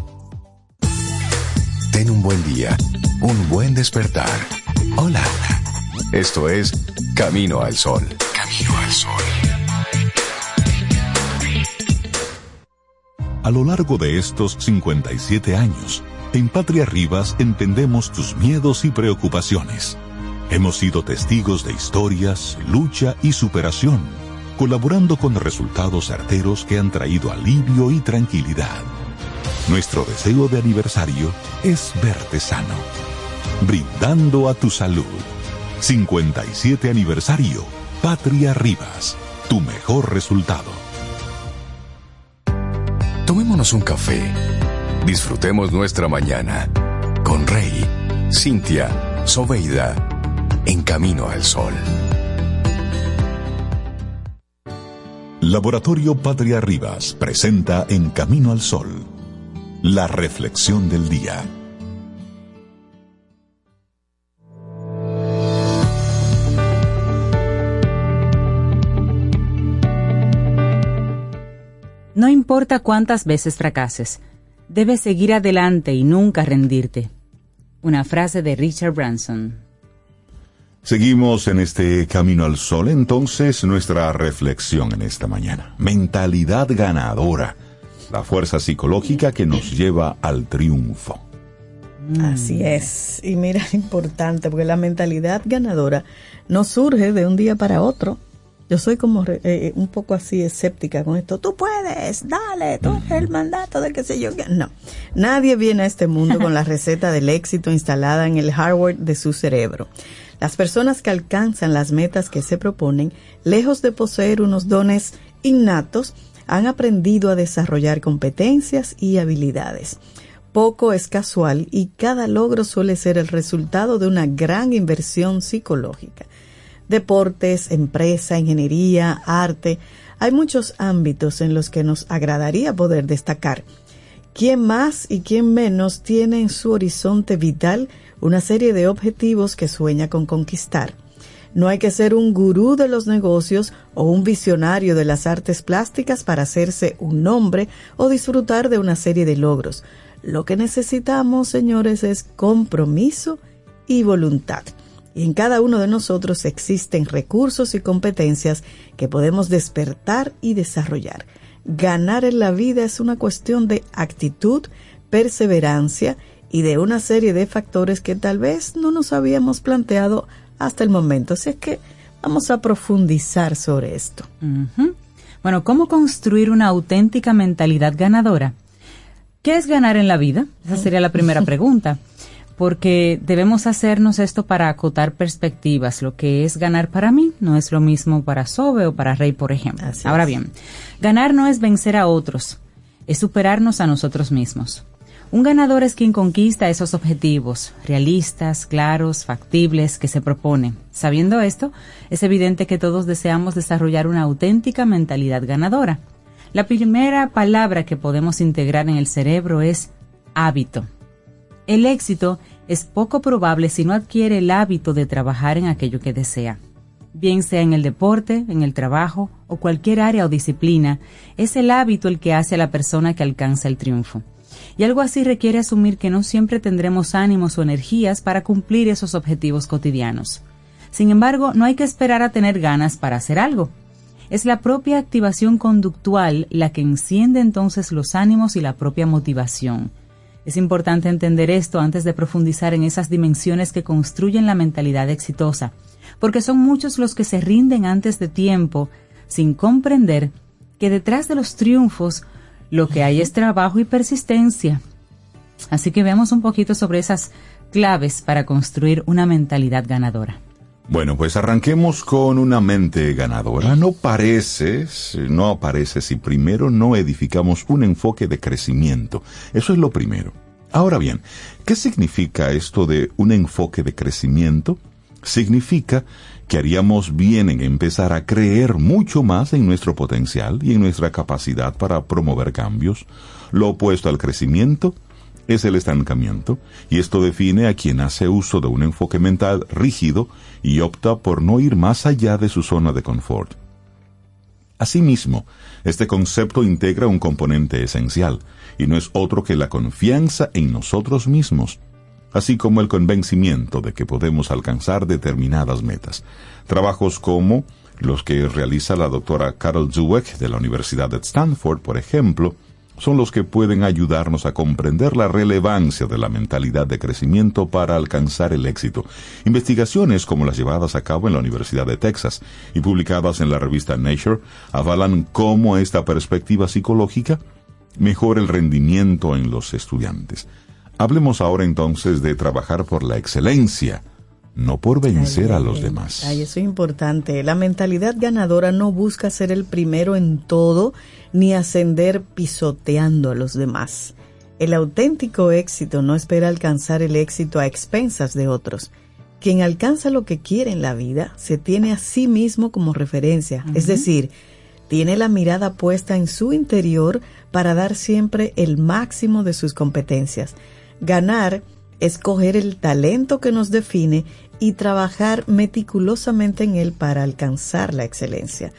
Ten un buen día, un buen despertar. Hola. Esto es Camino al Sol. Camino al Sol. A lo largo de estos 57 años, en Patria Rivas entendemos tus miedos y preocupaciones. Hemos sido testigos de historias, lucha y superación, colaborando con resultados certeros que han traído alivio y tranquilidad. Nuestro deseo de aniversario es verte sano, brindando a tu salud. 57 aniversario, Patria Rivas, tu mejor resultado. Tomémonos un café. Disfrutemos nuestra mañana con Rey, Cintia, Sobeida, en Camino al Sol. Laboratorio Patria Rivas presenta En Camino al Sol, la reflexión del día. No importa cuántas veces fracases, debes seguir adelante y nunca rendirte. Una frase de Richard Branson. Seguimos en este Camino al Sol, entonces nuestra reflexión en esta mañana. Mentalidad ganadora, la fuerza psicológica que nos lleva al triunfo. Así es, y mira, importante, porque la mentalidad ganadora no surge de un día para otro. Yo soy como un poco así escéptica con esto. Tú puedes, dale, tú eres el mandato del que sé yo. No, nadie viene a este mundo con la receta del éxito instalada en el hardware de su cerebro. Las personas que alcanzan las metas que se proponen, lejos de poseer unos dones innatos, han aprendido a desarrollar competencias y habilidades. Poco es casual y cada logro suele ser el resultado de una gran inversión psicológica. Deportes, empresa, ingeniería, arte, hay muchos ámbitos en los que nos agradaría poder destacar. ¿Quién más y quién menos tiene en su horizonte vital una serie de objetivos que sueña con conquistar? No hay que ser un gurú de los negocios o un visionario de las artes plásticas para hacerse un nombre o disfrutar de una serie de logros. Lo que necesitamos, señores, es compromiso y voluntad. Y en cada uno de nosotros existen recursos y competencias que podemos despertar y desarrollar. Ganar en la vida es una cuestión de actitud, perseverancia y de una serie de factores que tal vez no nos habíamos planteado hasta el momento. Así es que vamos a profundizar sobre esto. Bueno, ¿cómo construir una auténtica mentalidad ganadora? ¿Qué es ganar en la vida? Esa sería la primera pregunta. Porque debemos hacernos esto para acotar perspectivas. Lo que es ganar para mí no es lo mismo para Sobe o para Rey, por ejemplo. Ahora bien, ganar no es vencer a otros, es superarnos a nosotros mismos. Un ganador es quien conquista esos objetivos realistas, claros, factibles que se propone. Sabiendo esto, es evidente que todos deseamos desarrollar una auténtica mentalidad ganadora. La primera palabra que podemos integrar en el cerebro es hábito. El éxito es poco probable si no adquiere el hábito de trabajar en aquello que desea. Bien sea en el deporte, en el trabajo o cualquier área o disciplina, es el hábito el que hace a la persona que alcanza el triunfo. Y algo así requiere asumir que no siempre tendremos ánimos o energías para cumplir esos objetivos cotidianos. Sin embargo, no hay que esperar a tener ganas para hacer algo. Es la propia activación conductual la que enciende entonces los ánimos y la propia motivación. Es importante entender esto antes de profundizar en esas dimensiones que construyen la mentalidad exitosa, porque son muchos los que se rinden antes de tiempo, sin comprender que detrás de los triunfos lo que hay es trabajo y persistencia. Así que veamos un poquito sobre esas claves para construir una mentalidad ganadora. Bueno, pues arranquemos con una mente ganadora. No aparece si primero no edificamos un enfoque de crecimiento. Eso es lo primero. Ahora bien, ¿qué significa esto de un enfoque de crecimiento? Significa que haríamos bien en empezar a creer mucho más en nuestro potencial y en nuestra capacidad para promover cambios. Lo opuesto al crecimiento es el estancamiento, y esto define a quien hace uso de un enfoque mental rígido y opta por no ir más allá de su zona de confort. Asimismo, este concepto integra un componente esencial, y no es otro que la confianza en nosotros mismos, así como el convencimiento de que podemos alcanzar determinadas metas. Trabajos como los que realiza la doctora Carol Dweck de la Universidad de Stanford, por ejemplo, son los que pueden ayudarnos a comprender la relevancia de la mentalidad de crecimiento para alcanzar el éxito. Investigaciones como las llevadas a cabo en la Universidad de Texas y publicadas en la revista Nature avalan cómo esta perspectiva psicológica mejora el rendimiento en los estudiantes. Hablemos ahora entonces de trabajar por la excelencia, no por vencer a los demás. Eso es importante. La mentalidad ganadora no busca ser el primero en todo, ni ascender pisoteando a los demás. El auténtico éxito no espera alcanzar el éxito a expensas de otros. Quien alcanza lo que quiere en la vida se tiene a sí mismo como referencia, es decir, tiene la mirada puesta en su interior para dar siempre el máximo de sus competencias. Ganar es coger el talento que nos define y trabajar meticulosamente en él para alcanzar la excelencia.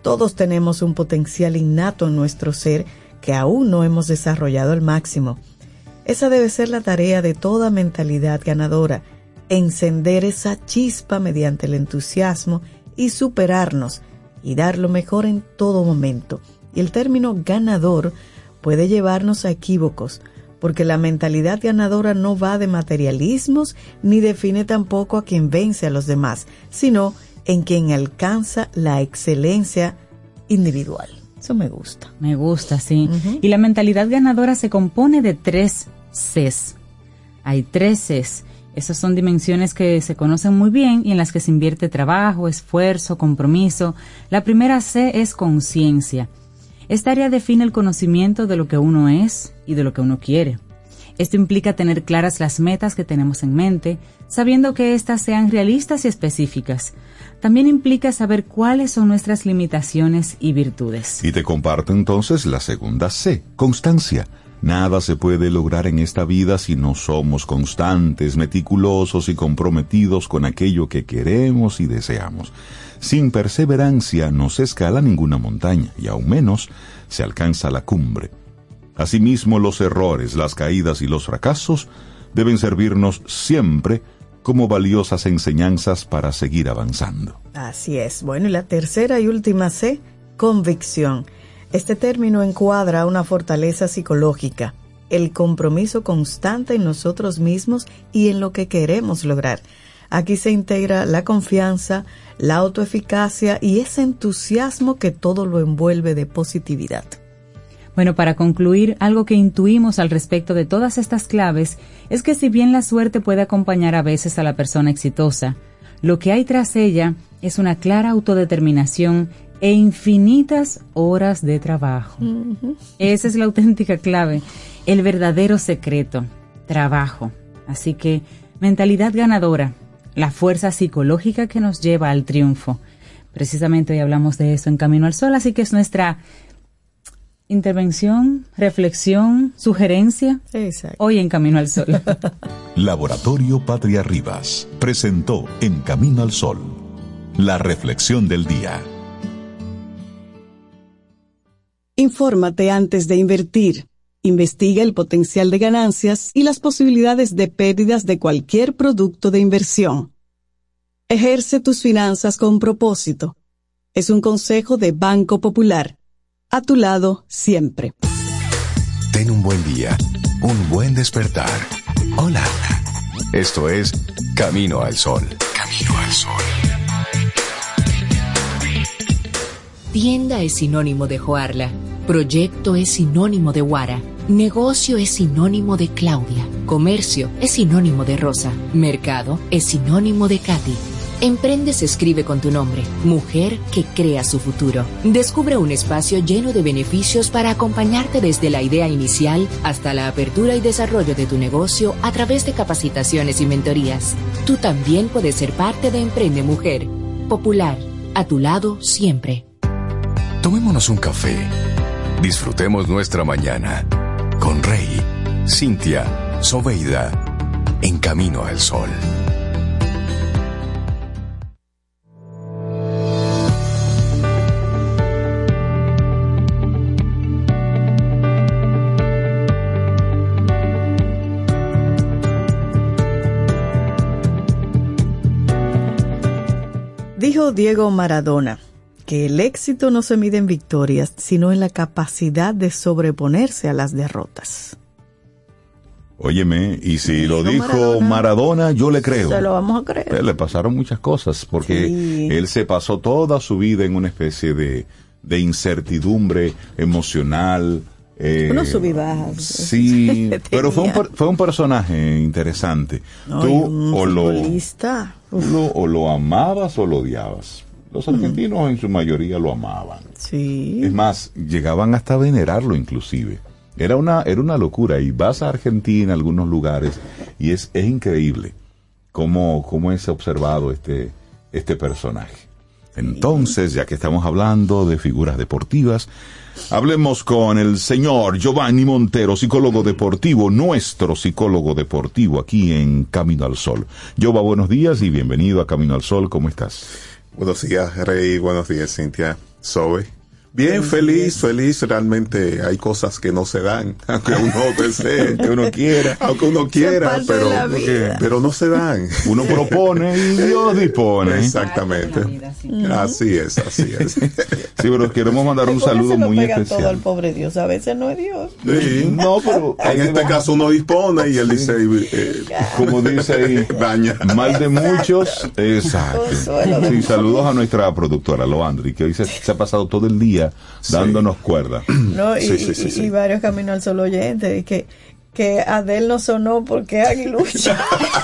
Todos tenemos un potencial innato en nuestro ser que aún no hemos desarrollado al máximo. Esa debe ser la tarea de toda mentalidad ganadora, encender esa chispa mediante el entusiasmo y superarnos y dar lo mejor en todo momento. Y el término ganador puede llevarnos a equívocos, porque la mentalidad ganadora no va de materialismos ni define tampoco a quien vence a los demás, sino en quien alcanza la excelencia individual. Eso me gusta. Me gusta, sí. Y la mentalidad ganadora se compone de 3 Cs. Hay 3 Cs. Esas son dimensiones que se conocen muy bien y en las que se invierte trabajo, esfuerzo, compromiso. La primera C es conciencia. Esta área define el conocimiento de lo que uno es y de lo que uno quiere. Esto implica tener claras las metas que tenemos en mente, sabiendo que éstas sean realistas y específicas. También implica saber cuáles son nuestras limitaciones y virtudes. Y te comparto entonces la segunda C, constancia. Nada se puede lograr en esta vida si no somos constantes, meticulosos y comprometidos con aquello que queremos y deseamos. Sin perseverancia no se escala ninguna montaña y aún menos se alcanza la cumbre. Asimismo, los errores, las caídas y los fracasos deben servirnos siempre como valiosas enseñanzas para seguir avanzando. Así es. Bueno, y la tercera y última C, convicción. Este término encuadra una fortaleza psicológica, el compromiso constante en nosotros mismos y en lo que queremos lograr. Aquí se integra la confianza, la autoeficacia y ese entusiasmo que todo lo envuelve de positividad. Bueno, para concluir, algo que intuimos al respecto de todas estas claves es que si bien la suerte puede acompañar a veces a la persona exitosa, lo que hay tras ella es una clara autodeterminación e infinitas horas de trabajo. Esa es la auténtica clave, el verdadero secreto, trabajo. Así que, mentalidad ganadora, la fuerza psicológica que nos lleva al triunfo. Precisamente hoy hablamos de eso en Camino al Sol, así que es nuestra intervención, reflexión, sugerencia. Exacto. Hoy en Camino al Sol. Laboratorio Patria Rivas presentó En Camino al Sol, la reflexión del día. Infórmate antes de invertir. Investiga el potencial de ganancias y las posibilidades de pérdidas de cualquier producto de inversión. Ejerce tus finanzas con propósito. Es un consejo de Banco Popular. A tu lado siempre. Ten un buen día, un buen despertar. Hola. Esto es Camino al Sol. Camino al Sol. Tienda es sinónimo de Joarla. Proyecto es sinónimo de Guara. Negocio es sinónimo de Claudia. Comercio es sinónimo de Rosa. Mercado es sinónimo de Katy. Emprende se escribe con tu nombre. Mujer que crea su futuro. Descubre un espacio lleno de beneficios para acompañarte desde la idea inicial hasta la apertura y desarrollo de tu negocio a través de capacitaciones y mentorías. Tú también puedes ser parte de Emprende Mujer. Popular, a tu lado siempre. Tomémonos un café. Disfrutemos nuestra mañana con Rey, Cintia, Soveida, en Camino al Sol. Dijo Diego Maradona que el éxito no se mide en victorias, sino en la capacidad de sobreponerse a las derrotas. Óyeme, y si lo dijo Maradona, yo le creo. Se lo vamos a creer. Le pasaron muchas cosas, porque él se pasó toda su vida en una especie de incertidumbre emocional. Unos sub y bajas. Sí, pero fue un personaje interesante. No, Tú o lo amabas o lo odiabas. Los argentinos en su mayoría lo amaban. Sí. Es más, llegaban hasta a venerarlo inclusive. Era una locura. Y vas a Argentina, a algunos lugares, y es increíble cómo es observado este personaje. Entonces, ya que estamos hablando de figuras deportivas, hablemos con el señor Giovanni Montero, psicólogo deportivo, nuestro psicólogo deportivo aquí en Camino al Sol. Giova, buenos días y bienvenido a Camino al Sol. ¿Cómo estás? Buenos días, Rey. Buenos días, Cintia. Zoe. Bien, feliz. Realmente hay cosas que no se dan, aunque uno desee, que uno quiera, pero no se dan. Uno propone y Dios dispone. Exactamente. Así es. Sí, pero queremos mandar un saludo muy especial. Todo al pobre Dios, a veces no es Dios. Sí. No, pero en este caso uno dispone y él dice, como dice ahí, daña. Mal de muchos. Exacto. Sí, saludos a nuestra productora Loandri, que hoy se ha pasado todo el día dándonos cuerda. No, y varios Camino al Sol oyentes, que Adel no sonó porque es aguilucho.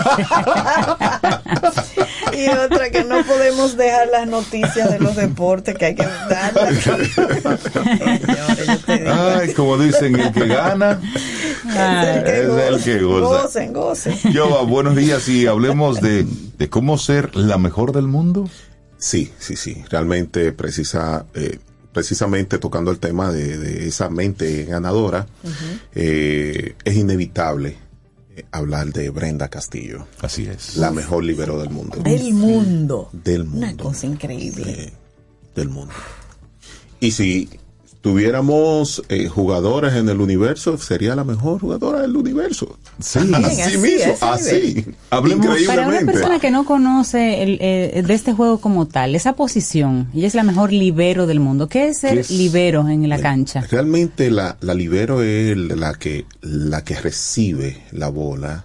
Y otra que no podemos dejar las noticias de los deportes, que hay que darlas. Ay, como dicen, el que gana es el que goza. Gocen. Yoba, buenos días, y hablemos de cómo ser la mejor del mundo. Sí. Realmente precisamente tocando el tema de esa mente ganadora, es inevitable hablar de Brenda Castillo. Así es. La mejor libero del mundo. Del mundo. Una cosa increíble. Del mundo. Y si tuviéramos jugadores en el universo, sería la mejor jugadora del universo. Sí, así. Hablemos increíblemente. Para una persona que no conoce de este juego como tal, esa posición, ella es la mejor libero del mundo. ¿Qué es ser libero en la cancha? Realmente la libero es la que recibe la bola,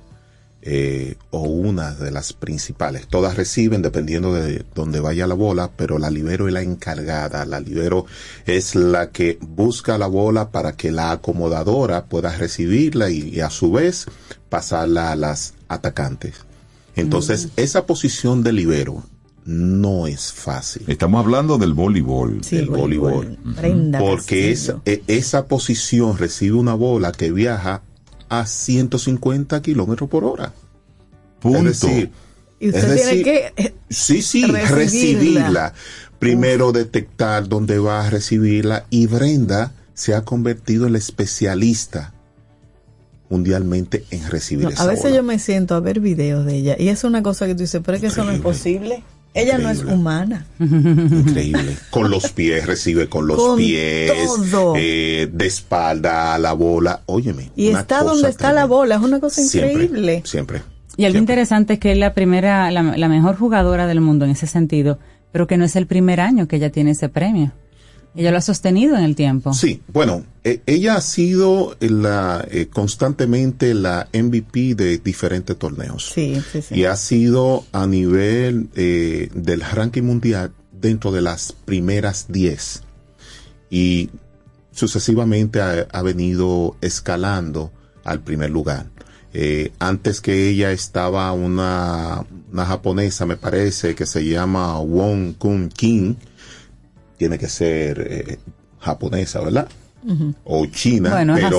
o una de las principales. Todas reciben dependiendo de dónde vaya la bola, pero la libero es la encargada. La libero es la que busca la bola para que la acomodadora pueda recibirla y a su vez pasarla a las atacantes. Entonces, esa posición de libero no es fácil. Estamos hablando del voleibol. Sí, del voleibol. Porque esa posición recibe una bola que viaja a 150 kilómetros por hora. Punto. Es decir, y usted tiene que recibirla. Primero detectar dónde va a recibirla, y Brenda se ha convertido en la especialista mundialmente en recibir esa bola. A veces yo me siento a ver videos de ella y es una cosa que tú dices, pero es que eso no es posible. Ella no es humana. Increíble. Con los pies, recibe con los pies. Todo. De espalda a la bola. Óyeme. Y está donde está la bola. Es una cosa increíble. Siempre. Y algo interesante es que es la mejor jugadora del mundo en ese sentido, pero que no es el primer año que ella tiene ese premio. Ella lo ha sostenido en el tiempo. Sí, bueno, ella ha sido constantemente la MVP de diferentes torneos. Sí. Y ha sido a nivel del ranking mundial dentro de las primeras 10. Y sucesivamente ha venido escalando al primer lugar. Antes que ella estaba una japonesa, me parece, que se llama Won Kun Kim. Tiene que ser japonesa, ¿verdad? O china, bueno, pero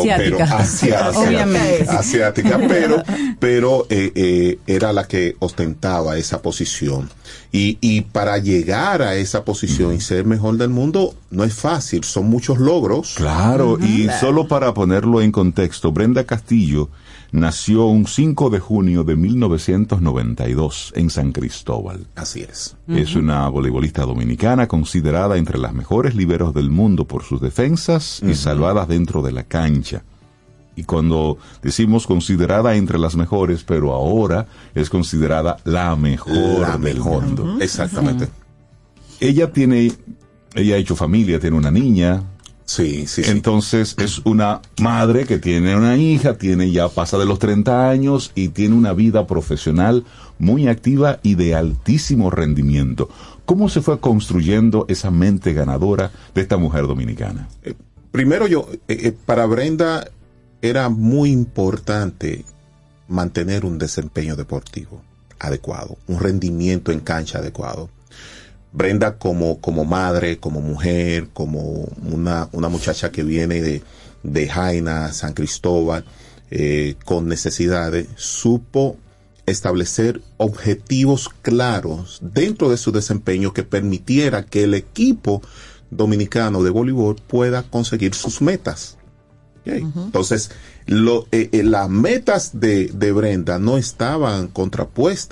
asiática, pero era la que ostentaba esa posición. Y para llegar a esa posición y ser mejor del mundo no es fácil, son muchos logros. Claro, solo para ponerlo en contexto, Brenda Castillo nació un 5 de junio de 1992 en San Cristóbal. Así es. Es una voleibolista dominicana considerada entre las mejores liberos del mundo por sus defensas y salvadas dentro de la cancha. Y cuando decimos considerada entre las mejores, pero ahora es considerada la mejor del mundo. Exactamente. Ella ha hecho familia, tiene una niña. Sí. Entonces es una madre que tiene una hija, pasa de los 30 años y tiene una vida profesional muy activa y de altísimo rendimiento. ¿Cómo se fue construyendo esa mente ganadora de esta mujer dominicana? Primero para Brenda era muy importante mantener un desempeño deportivo adecuado, un rendimiento en cancha adecuado. Brenda como madre, como mujer, como una muchacha que viene de Jaina, San Cristóbal, con necesidades, supo establecer objetivos claros dentro de su desempeño que permitiera que el equipo dominicano de voleibol pueda conseguir sus metas. Okay. Entonces, las metas de Brenda no estaban contrapuestas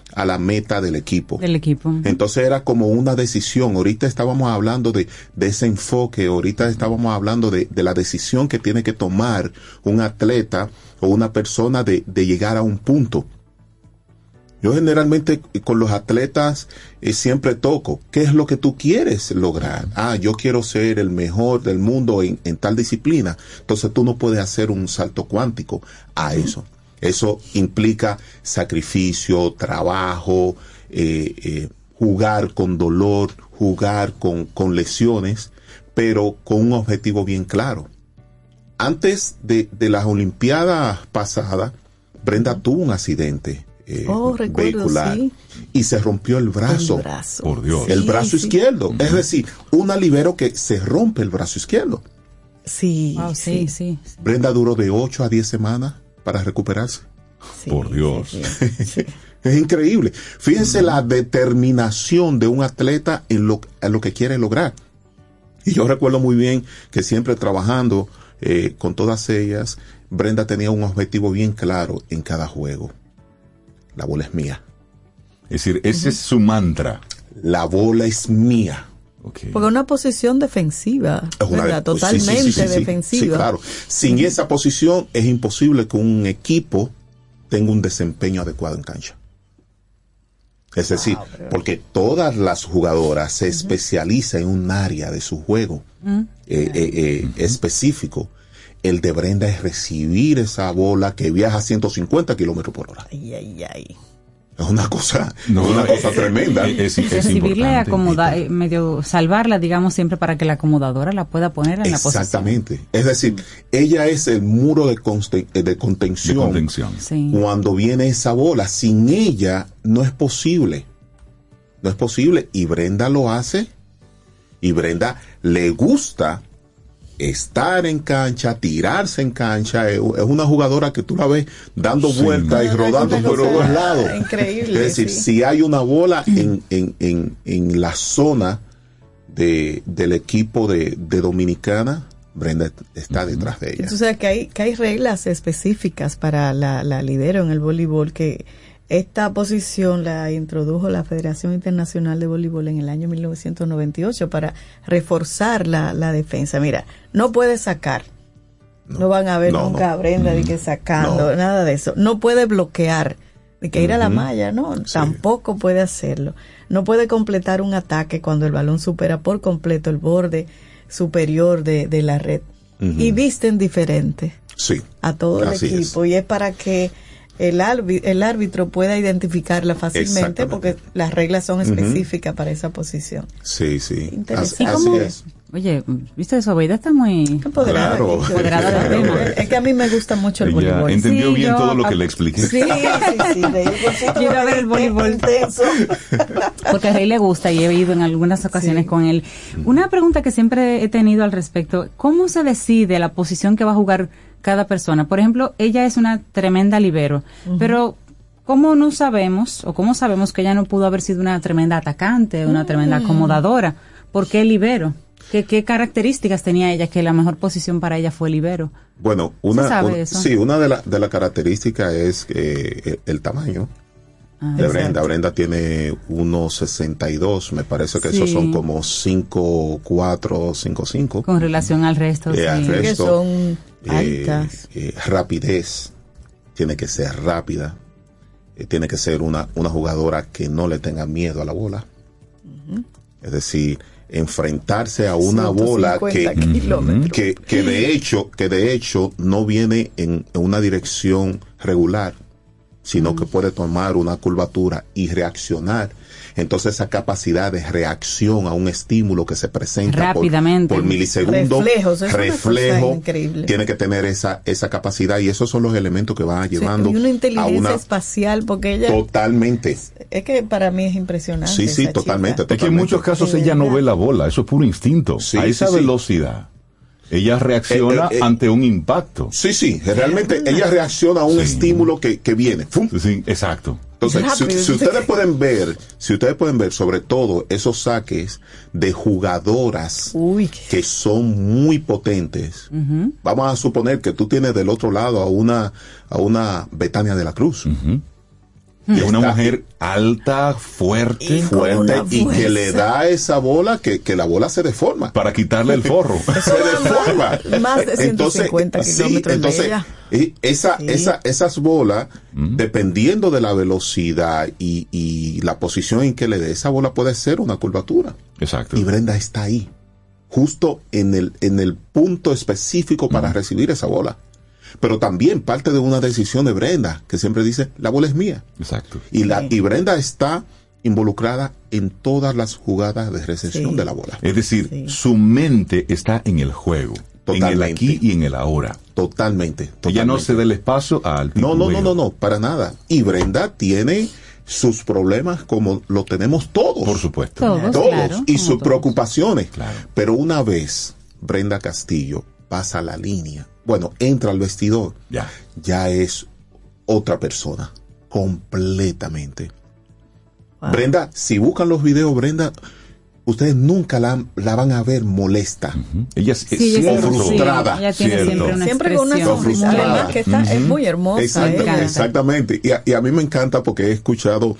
a la meta del equipo. Uh-huh. Entonces era como una decisión. Ahorita estábamos hablando de ese enfoque, ahorita estábamos hablando de la decisión que tiene que tomar un atleta o una persona de llegar a un punto. Yo generalmente con los atletas siempre toco, ¿qué es lo que tú quieres lograr? Yo quiero ser el mejor del mundo en tal disciplina. Entonces tú no puedes hacer un salto cuántico a eso. Eso implica sacrificio, trabajo, jugar con dolor, jugar con lesiones, pero con un objetivo bien claro. Antes de las Olimpiadas pasadas, Brenda tuvo un accidente vehicular, sí. Y se rompió el brazo. Por Dios. El brazo izquierdo. Es decir, una libero que se rompe el brazo izquierdo. Sí, sí. Brenda duró de 8 a 10 semanas para recuperarse. Sí, por Dios. Sí. Es increíble. Fíjense la determinación de un atleta en lo que quiere lograr. Y yo recuerdo muy bien que siempre trabajando con todas ellas, Brenda tenía un objetivo bien claro en cada juego. La bola es mía. Es decir, ese es su mantra. La bola es mía. Okay. Porque una posición defensiva, ¿verdad? Totalmente defensiva. Sí, claro. Sin esa posición es imposible que un equipo tenga un desempeño adecuado en cancha. Es decir, porque todas las jugadoras se especializan en un área de su juego específico. El de Brenda es recibir esa bola que viaja a 150 kilómetros por hora. Ay. Es una cosa, tremenda. Es recibirla, acomodar, medio salvarla, digamos, siempre para que la acomodadora la pueda poner en la posición. Exactamente. Es decir, ella es el muro de contención. Sí. Cuando viene esa bola, sin ella no es posible. No es posible. Y Brenda lo hace. Y Brenda le gusta estar en cancha, tirarse en cancha. Es una jugadora que tú la ves dando vueltas y rodando por los dos lados. Increíble. Es decir, si hay una bola en la zona del equipo de Dominicana, Brenda está detrás de ella. O sea, que hay reglas específicas para la libero en el voleibol, que esta posición la introdujo la Federación Internacional de Voleibol en el año 1998 para reforzar la defensa. Mira, no puede sacar. No van a ver nunca a Brenda de que sacando, nada de eso. No puede bloquear, de que ir a la malla, no, tampoco puede hacerlo. No puede completar un ataque cuando el balón supera por completo el borde superior de la red. Y visten diferente a todo el equipo. Y es para que el árbitro pueda identificarla fácilmente, porque las reglas son específicas para esa posición. Sí. Interesante. Así es. Oye, viste, Sobeida está muy empoderada del tema. Es que a mí me gusta mucho el voleibol. Entendió bien todo lo que le expliqué. Sí. Quiero ver el voleibol intenso. Porque a Rey le gusta y he ido en algunas ocasiones con él. Una pregunta que siempre he tenido al respecto: ¿cómo se decide la posición que va a jugar cada persona? Por ejemplo, ella es una tremenda libero, pero ¿cómo no sabemos, o cómo sabemos que ella no pudo haber sido una tremenda atacante, una tremenda acomodadora? ¿Por qué libero? ¿Qué características tenía ella que la mejor posición para ella fue libero? Bueno, una de las características es el tamaño de Brenda. Brenda tiene 1.62, me parece que esos son como 5'4", 5'5". Con relación al resto, que son altas. Rapidez, tiene que ser rápida, tiene que ser una jugadora que no le tenga miedo a la bola. Es decir, enfrentarse a una bola que de hecho no viene en una dirección regular, sino que puede tomar una curvatura y reaccionar. Entonces esa capacidad de reacción a un estímulo que se presenta rápidamente por milisegundos, reflejo, increíble. Tiene que tener esa capacidad, y esos son los elementos que van llevando y una inteligencia espacial, porque ella totalmente. Es que para mí es impresionante. Sí, totalmente. Es que en muchos casos ella no ve la bola, eso es puro instinto. A esa velocidad. Ella reacciona ante un impacto. Sí, realmente ella reacciona a un estímulo que viene. ¡Fum! Sí, exacto. Entonces, si ustedes pueden ver sobre todo esos saques de jugadoras que son muy potentes. Vamos a suponer que tú tienes del otro lado a una Betania de la Cruz. Es una mujer alta, fuerte y que le da esa bola que la bola se deforma. Para quitarle el forro. Se deforma. Más de 150 kilómetros de ella. Esas bolas, dependiendo de la velocidad y la posición en que le dé, esa bola puede ser una curvatura. Exacto. Y Brenda está ahí, justo en el punto específico para recibir esa bola. Pero también parte de una decisión de Brenda, que siempre dice, la bola es mía. Exacto. Y Brenda está involucrada en todas las jugadas de recepción de la bola. Es decir, su mente está en el juego. Totalmente. En el aquí y en el ahora. Totalmente. Ella no se da el espacio al No, para nada. Y Brenda tiene sus problemas como lo tenemos todos. Por supuesto. Todos. Claro, y sus todos. preocupaciones. Claro. Pero una vez Brenda Castillo pasa la línea, bueno, entra al vestidor, ya es otra persona, completamente. Wow. Brenda, si buscan los videos, Brenda, ustedes nunca la van a ver molesta. Ella es frustrada. Ella tiene siempre con una sonrisa. Además que es muy hermosa. Exactamente. Y a mí me encanta porque he escuchado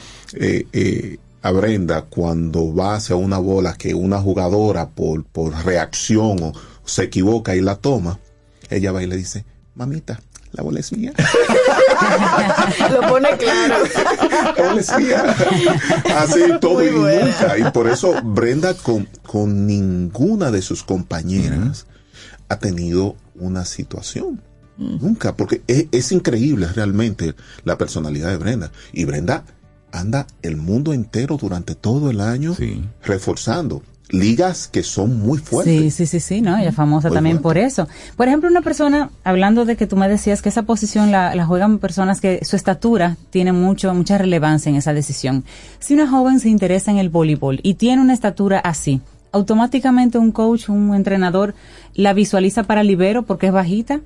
a Brenda cuando va hacia una bola que una jugadora por reacción o se equivoca y la toma, ella va y le dice, mamita, la bola es mía. Lo pone claro. La bola es mía. Así todo y nunca. Y por eso Brenda con ninguna de sus compañeras ha tenido una situación. Nunca, porque es increíble realmente la personalidad de Brenda. Y Brenda anda el mundo entero durante todo el año reforzando ligas que son muy fuertes. Sí, ¿no? Ella es famosa muy también por eso. Por ejemplo, una persona, hablando de que tú me decías que esa posición la juegan personas que su estatura tiene mucha relevancia en esa decisión. Si una joven se interesa en el voleibol y tiene una estatura así, automáticamente un coach, un entrenador, la visualiza para libero porque es bajita.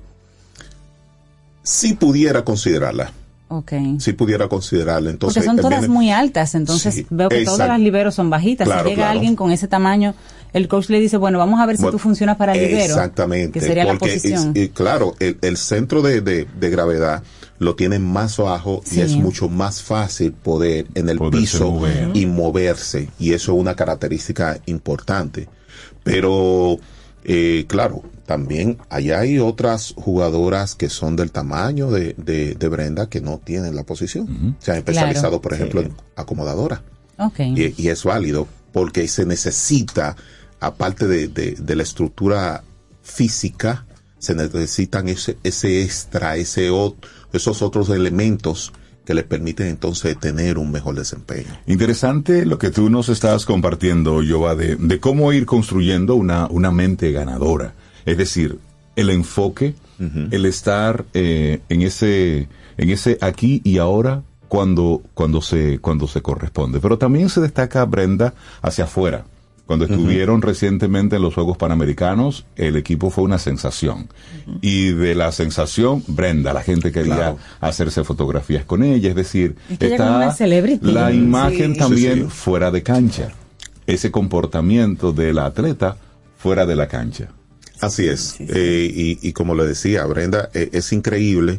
Si pudiera considerarla. Okay. Si pudiera considerarla, entonces. Porque son todas muy altas, entonces veo que todas las liberos son bajitas. Claro, si llega alguien con ese tamaño, el coach le dice, bueno, vamos a ver si tú funcionas para libero. Exactamente. Que sería porque la posición. Claro, el centro de gravedad lo tienen más bajo y es mucho más fácil poder en el piso y moverse. Y eso es una característica importante. Pero, claro, también allá hay otras jugadoras que son del tamaño de Brenda que no tienen la posición. Se han especializado, por ejemplo, en acomodadora. Okay. Y es válido porque se necesita, aparte de la estructura física, se necesitan ese extra, esos otros elementos que les permiten entonces tener un mejor desempeño. Interesante lo que tú nos estás compartiendo, Yoba, de cómo ir construyendo una mente ganadora. Es decir, el enfoque, el estar en ese aquí y ahora cuando se corresponde. Pero también se destaca Brenda hacia afuera. Cuando estuvieron recientemente en los Juegos Panamericanos, el equipo fue una sensación. Y de la sensación, Brenda, la gente quería hacerse fotografías con ella. Es decir, está la imagen también fuera de cancha. Ese comportamiento del atleta fuera de la cancha. Así es. Y como le decía, Brenda, es increíble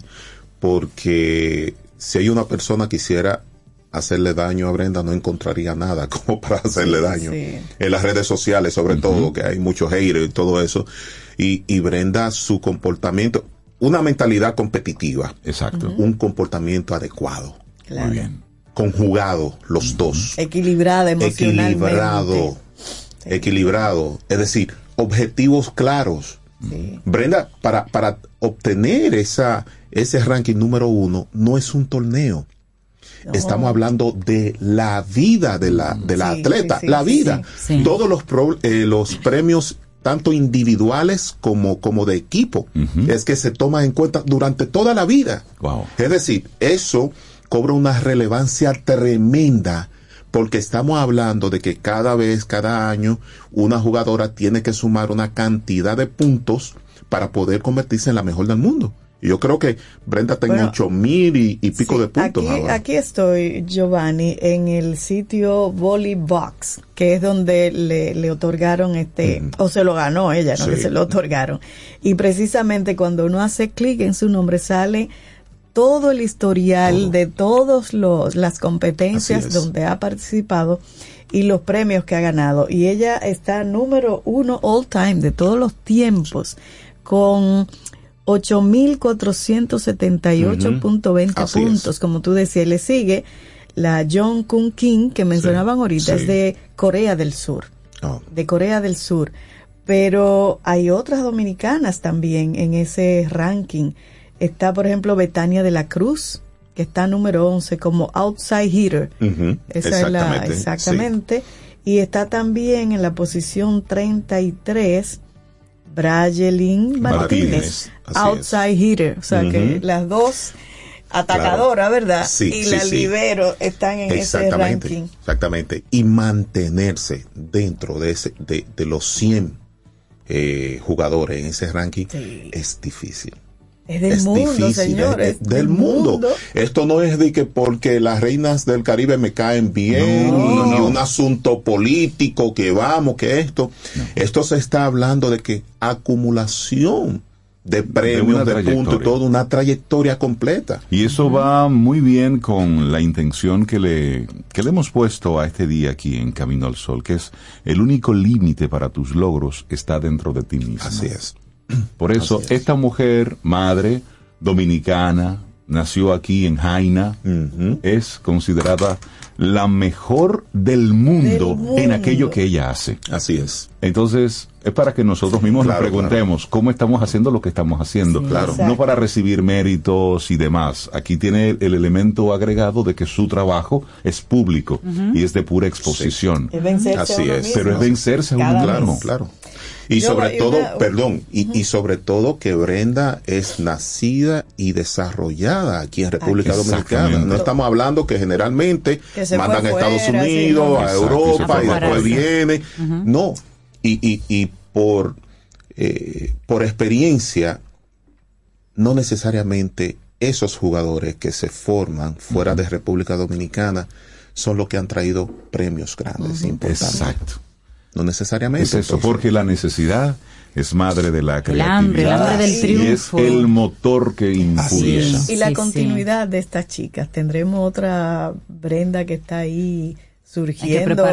porque si hay una persona que quisiera hacerle daño a Brenda, no encontraría nada como para hacerle daño. En las redes sociales, sobre todo, que hay muchos haters y todo eso. Y Brenda, su comportamiento, una mentalidad competitiva. Exacto. Un comportamiento adecuado. Claro. Muy bien. Conjugado, los dos. Equilibrada emocionalmente. Equilibrado. Es decir, objetivos claros. Brenda, para obtener ese ranking número 1, no es un torneo. No. Estamos hablando de la vida de la atleta, la vida. Todos los premios, tanto individuales como de equipo, es que se toman en cuenta durante toda la vida. Wow. Es decir, eso cobra una relevancia tremenda, porque estamos hablando de que cada año, una jugadora tiene que sumar una cantidad de puntos para poder convertirse en la mejor del mundo. Y yo creo que Brenda tiene 8,000 y pico de puntos. Aquí estoy, Giovanni, en el sitio VolleyBox, que es donde le otorgaron o se lo ganó ella, no que se lo otorgaron. Y precisamente cuando uno hace clic en su nombre sale todo el historial de todas las competencias donde ha participado y los premios que ha ganado. Y ella está número 1 all time de todos los tiempos con 8.478.20 puntos. Como tú decías, le sigue la Jong Kun Kim, que mencionaban ahorita, es de Corea del Sur. De Corea del Sur. Pero hay otras dominicanas también en ese ranking. Está, por ejemplo, Betania de la Cruz, que está número 11 como outside hitter. Esa es la exactamente. Y está también en la posición 33 Brayelin Martínez, outside hitter. O sea que las dos atacadoras, ¿verdad? Y la libero están en ese ranking. Exactamente. Y mantenerse dentro de los 100 jugadores en ese ranking es difícil. Es del mundo, difícil, señores. Es del mundo. Esto no es de que porque las reinas del Caribe me caen bien y un asunto político que vamos, que esto. No. Esto se está hablando de que acumulación de premios, de puntos y toda una trayectoria completa. Y eso va muy bien con la intención que le hemos puesto a este día aquí en Camino al Sol, que es el único límite para tus logros está dentro de ti mismo. Así es. Por eso, esta mujer, madre, dominicana, nació aquí en Jaina, es considerada la mejor del mundo en aquello que ella hace. Así es. Entonces, es para que nosotros mismos nos preguntemos cómo estamos haciendo lo que estamos haciendo. No para recibir méritos y demás. Aquí tiene el elemento agregado de que su trabajo es público y es de pura exposición. Es vencerse Así es. mismo. Pero es vencerse a uno mismo. Claro. Y sobre todo, y sobre todo que Brenda es nacida y desarrollada aquí en República Dominicana. No estamos hablando que generalmente mandan a Estados Unidos, a Europa y después viene. No. Y por experiencia, no necesariamente esos jugadores que se forman fuera de República Dominicana son los que han traído premios grandes, importantes. Exacto. No necesariamente. Es eso, porque la necesidad es madre de la creatividad. El hambre del triunfo. Y es el motor que impulsa. Y la continuidad de estas chicas. Tendremos otra Brenda que está ahí surgiendo.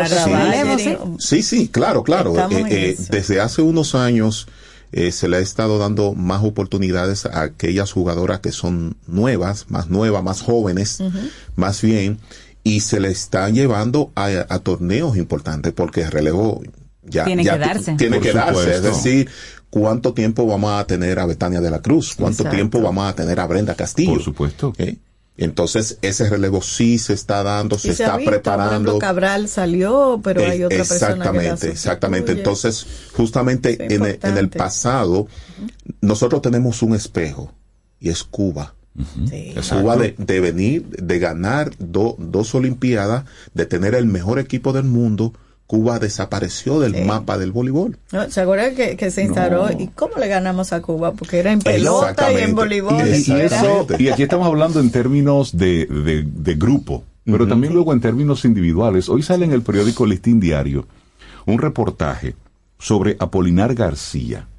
Sí, claro. Desde hace unos años se le ha estado dando más oportunidades a aquellas jugadoras que son nuevas, más jóvenes, más bien. Y se le están llevando a torneos importantes porque el relevo tiene que darse. Es decir, ¿cuánto tiempo vamos a tener a Betania de la Cruz? ¿Cuánto tiempo vamos a tener a Brenda Castillo? Por supuesto. Entonces, ese relevo sí se está dando, se está preparando. Por ejemplo, Cabral salió, pero hay otra persona que la sustituye. Exactamente. Entonces, justamente en el pasado, nosotros tenemos un espejo y es Cuba. Cuba de venir, de ganar dos Olimpiadas, de tener el mejor equipo del mundo. Cuba desapareció del mapa del voleibol. ¿Se acuerdan que se instaló? ¿Y cómo le ganamos a Cuba? Porque era en pelota y en voleibol. Y aquí estamos hablando en términos de grupo, pero también luego en términos individuales. Hoy sale en el periódico Listín Diario un reportaje sobre Apolinar García.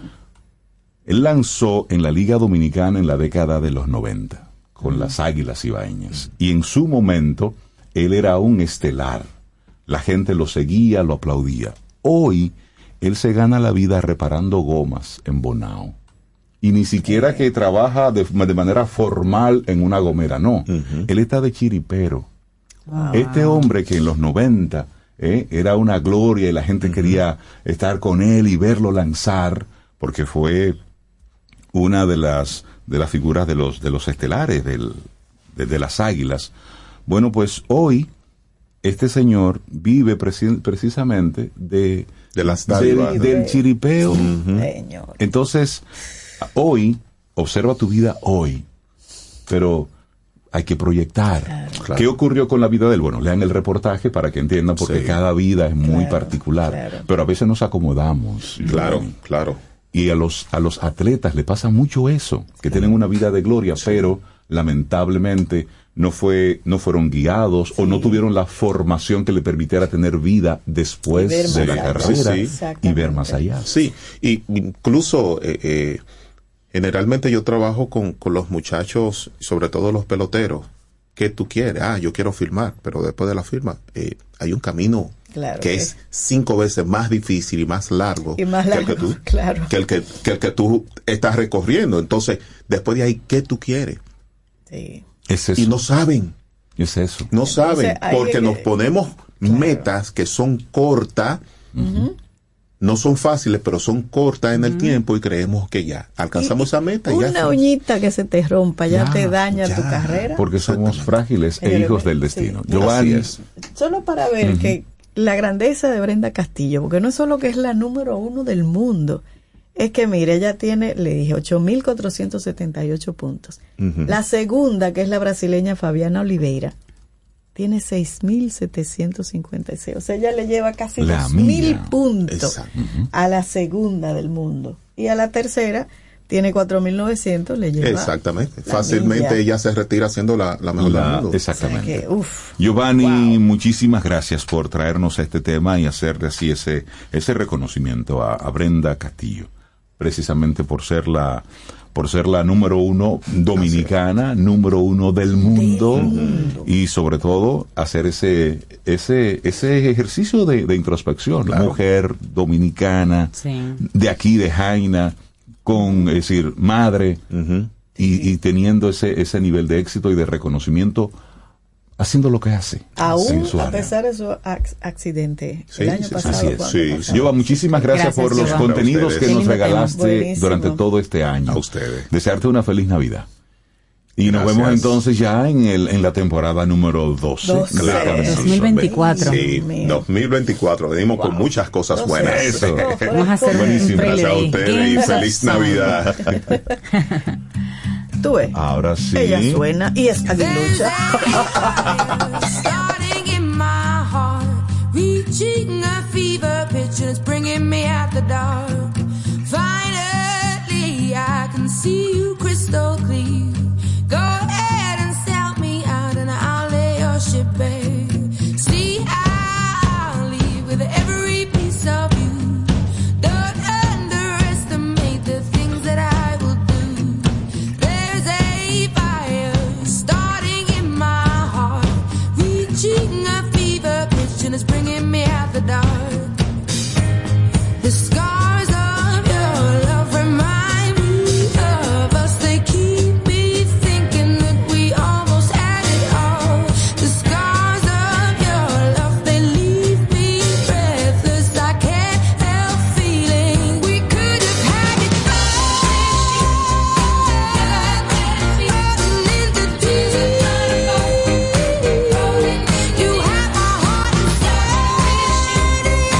Él lanzó en la Liga Dominicana en la década de los 90, con las Águilas Ibaeñas. Y en su momento, él era un estelar. La gente lo seguía, lo aplaudía. Hoy, él se gana la vida reparando gomas en Bonao. Y ni siquiera que trabaja de manera formal en una gomera, no. Él está de chiripero. Este hombre que en los 90 era una gloria y la gente quería estar con él y verlo lanzar, porque fue una de las figuras de los estelares de las Águilas. Bueno, pues hoy este señor vive precisamente del chiripeo. Entonces, hoy, observa tu vida hoy, pero hay que proyectar. Claro. ¿Qué ocurrió con la vida de él? Bueno, lean el reportaje para que entiendan, porque cada vida es muy particular, pero a veces nos acomodamos. Claro. Y a los atletas le pasa mucho eso, que tienen una vida de gloria, pero lamentablemente no fueron guiados o no tuvieron la formación que le permitiera tener vida después de la carrera y ver más allá. Sí, y incluso Generalmente yo trabajo con los muchachos, sobre todo los peloteros. ¿Qué tú quieres? Yo quiero firmar, pero después de la firma hay un camino que es 5 veces más difícil y más largo, que el que tú estás recorriendo. Entonces, después de ahí, ¿qué tú quieres? Sí. Es eso. Y no saben. Es eso. No saben, porque nos ponemos metas que son cortas, no son fáciles, pero son cortas en el tiempo y creemos que ya alcanzamos esa meta. Una uñita que se te rompa ya te daña tu carrera. Porque somos frágiles e hijos del destino. Giovanni. Solo para ver que la grandeza de Brenda Castillo, porque no es solo que es la número 1 del mundo, es que mire, ella tiene, le dije, 8.478 puntos. La segunda, que es la brasileña Fabiana Oliveira, tiene 6.756. O sea, ella le lleva casi 2.000 puntos a la segunda del mundo. Y a la tercera tiene 4.900, le lleva. Exactamente. Fácilmente ella se retira siendo la mejor del mundo. Exactamente. O sea que, Giovanni, muchísimas gracias por traernos este tema y hacerle así ese reconocimiento a Brenda Castillo, precisamente por ser la número 1 dominicana, número 1 del mundo, y sobre todo hacer ese ejercicio de introspección. Claro. Mujer dominicana, de aquí, de Jaina, es decir, madre, y teniendo ese nivel de éxito y de reconocimiento, haciendo lo que hace. Aún a pesar de su accidente el año pasado. Giova, muchísimas gracias por los contenidos que nos regalaste durante todo este año. A ustedes. Desearte una feliz Navidad. Y nos vemos entonces ya en la temporada número 12. Claro, 2024. Sí, 2024. Venimos con muchas cosas buenas. Eso. Vamos a hacer buenísimo. Gracias a ustedes y feliz Navidad. Tú ves. Ahora sí. Ella suena y es aguilucha. Starting in my heart, reaching a fever pitch and it's bringing me out the dark. Finally, I can see you crystal clear. Go ahead and sell me out and I'll lay your ship bare. See, I'll leave with every piece of you. Don't underestimate the things that I will do. There's a fire starting in my heart, reaching a fever pitch and it's bringing me out the dark. The scars of your love remind me of us. They keep me thinking that we almost had it all. The scars of your love, they leave me breathless. I can't help feeling we could have had it all. Falling into deep. You have my heart and soul.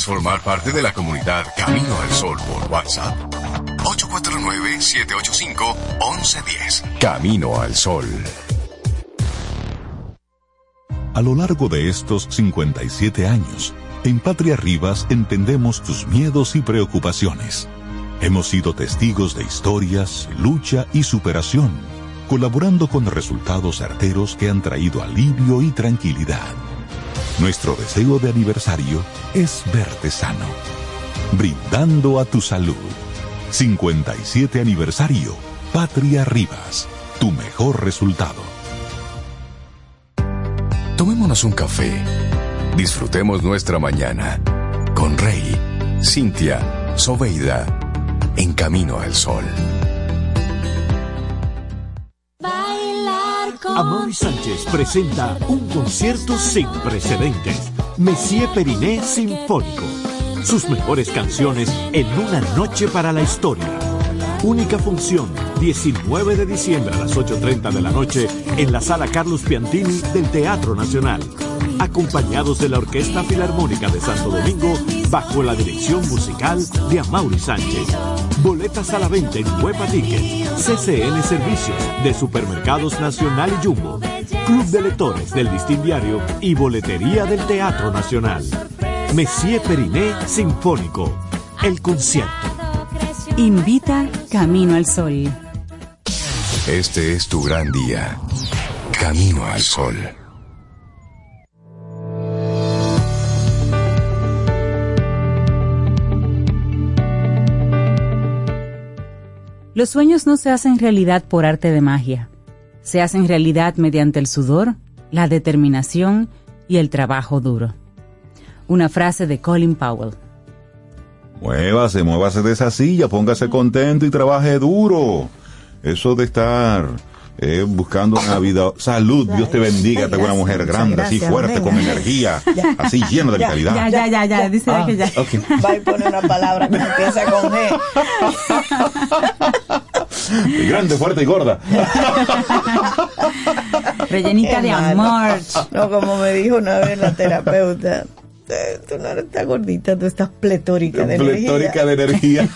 formar parte de la comunidad Camino al Sol por WhatsApp? 849-785-1110. Camino al Sol. A lo largo de estos 57 años, en Patria Rivas entendemos tus miedos y preocupaciones. Hemos sido testigos de historias, lucha y superación, colaborando con resultados certeros que han traído alivio y tranquilidad. Nuestro deseo de aniversario es verte sano, brindando a tu salud. 57 aniversario, Patria Rivas, tu mejor resultado. Tomémonos un café. Disfrutemos nuestra mañana con Rey, Cintia, Soveida, en Camino al Sol. Amaury Sánchez presenta un concierto sin precedentes. Messier Periné Sinfónico. Sus mejores canciones en una noche para la historia. Única función, 19 de diciembre a las 8:30 de la noche en la Sala Carlos Piantini del Teatro Nacional. Acompañados de la Orquesta Filarmónica de Santo Domingo bajo la dirección musical de Amaury Sánchez. Boletas a la venta en Huepa Ticket, CCN Servicios de Supermercados Nacional y Jumbo, Club de Lectores del Listín Diario y Boletería del Teatro Nacional. Messier Periné Sinfónico, el concierto. Invita Camino al Sol. Este es tu gran día. Camino al Sol. Los sueños no se hacen realidad por arte de magia. Se hacen realidad mediante el sudor, la determinación y el trabajo duro. Una frase de Colin Powell. Muévase de esa silla, póngase contento y trabaje duro. Eso de estar buscando una vida... Salud, Dios te bendiga, tengo una mujer grande, así fuerte, con energía, así lleno de vitalidad. Ya, dice que ya. Okay. Va a poner una palabra que empieza con G. Y grande, fuerte y gorda. Rellenita de amor. No, como me dijo una vez la terapeuta, tú no eres tan gordita, tú estás pletórica de energía. Pletórica de energía.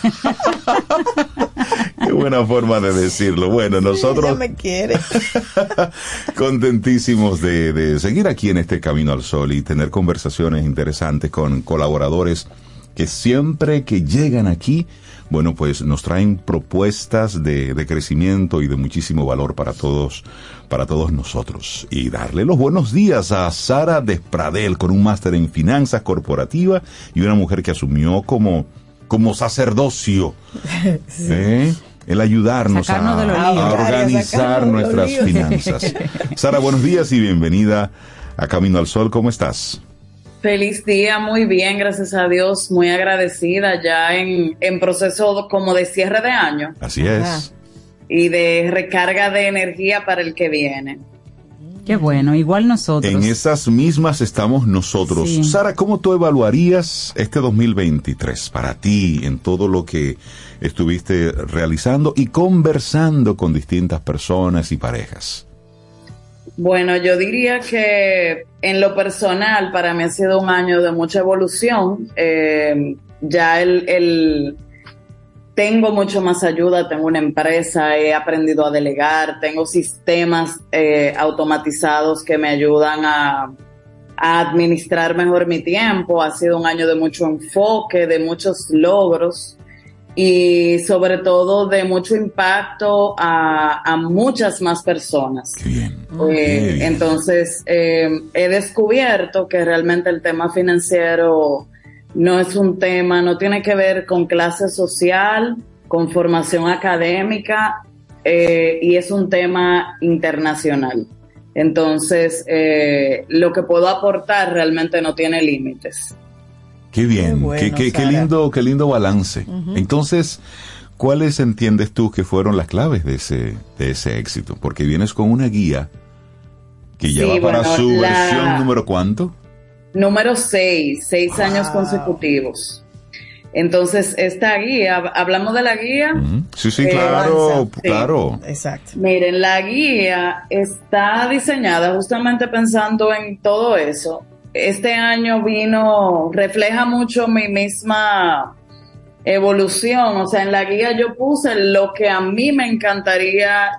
Qué buena forma de decirlo. Bueno, nosotros... Ella me quiere. Contentísimos de seguir aquí en este Camino al Sol y tener conversaciones interesantes con colaboradores que siempre que llegan aquí, bueno, pues nos traen propuestas de crecimiento y de muchísimo valor para todos nosotros. Y darle los buenos días a Sara Despradel, con un máster en finanzas corporativas y una mujer que asumió como sacerdocio. Sí. El ayudarnos a organizar nuestras finanzas. Sara, buenos días y bienvenida a Camino al Sol. ¿Cómo estás? Feliz día, muy bien, gracias a Dios, muy agradecida, ya en proceso como de cierre de año. Así es. Y de recarga de energía para el que viene. Qué bueno, igual nosotros. En esas mismas estamos nosotros. Sí. Sara, ¿cómo tú evaluarías este 2023 para ti en todo lo que estuviste realizando y conversando con distintas personas y parejas? Bueno, yo diría que en lo personal para mí ha sido un año de mucha evolución. Ya tengo mucho más ayuda, tengo una empresa, he aprendido a delegar, tengo sistemas automatizados que me ayudan a administrar mejor mi tiempo. Ha sido un año de mucho enfoque, de muchos logros y sobre todo de mucho impacto a muchas más personas. Qué bien. Entonces, he descubierto que realmente el tema financiero no es un tema, no tiene que ver con clase social, con formación académica, y es un tema internacional. Entonces, lo que puedo aportar realmente no tiene límites. Qué bien, qué, bueno, qué lindo balance. Uh-huh. Entonces, ¿cuáles entiendes tú que fueron las claves de ese éxito? Porque vienes con una guía que ya va para su versión número ¿cuánto? Número 6 años consecutivos. Entonces, esta guía, ¿hablamos de la guía? Uh-huh. Sí, claro, claro. Exacto. Miren, la guía está diseñada justamente pensando en todo eso, este año refleja mucho mi misma evolución. O sea, en la guía yo puse lo que a mí me encantaría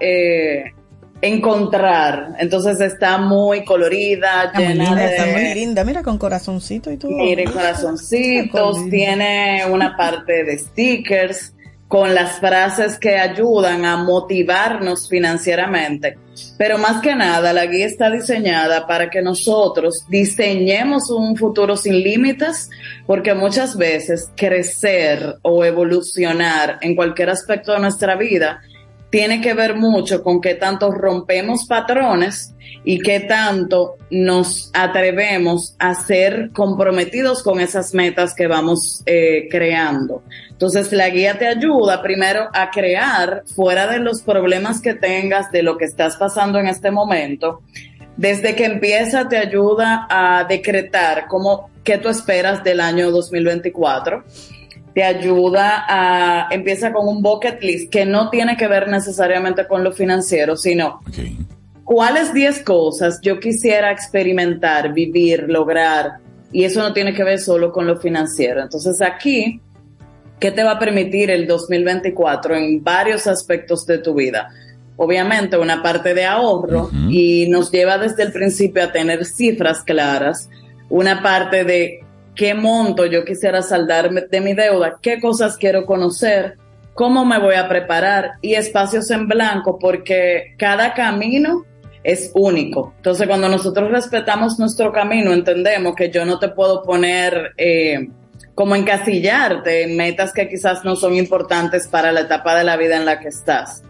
encontrar. Entonces está muy colorida, está muy linda, mira, con corazoncito y todo. Mire, corazoncitos, tiene una parte de stickers con las frases que ayudan a motivarnos financieramente. Pero más que nada, la guía está diseñada para que nosotros diseñemos un futuro sin límites, porque muchas veces crecer o evolucionar en cualquier aspecto de nuestra vida tiene que ver mucho con qué tanto rompemos patrones y qué tanto nos atrevemos a ser comprometidos con esas metas que vamos creando. Entonces, la guía te ayuda primero a crear fuera de los problemas que tengas, de lo que estás pasando en este momento. Desde que empieza, te ayuda a decretar qué tú esperas del año 2024. Te ayuda empieza con un bucket list que no tiene que ver necesariamente con lo financiero, sino cuáles 10 cosas yo quisiera experimentar, vivir, lograr, y eso no tiene que ver solo con lo financiero. Entonces aquí, ¿qué te va a permitir el 2024 en varios aspectos de tu vida? Obviamente una parte de ahorro, y nos lleva desde el principio a tener cifras claras, una parte de qué monto yo quisiera saldar de mi deuda, qué cosas quiero conocer, cómo me voy a preparar, y espacios en blanco, porque cada camino es único. Entonces, cuando nosotros respetamos nuestro camino, entendemos que yo no te puedo poner como encasillarte en metas que quizás no son importantes para la etapa de la vida en la que estás.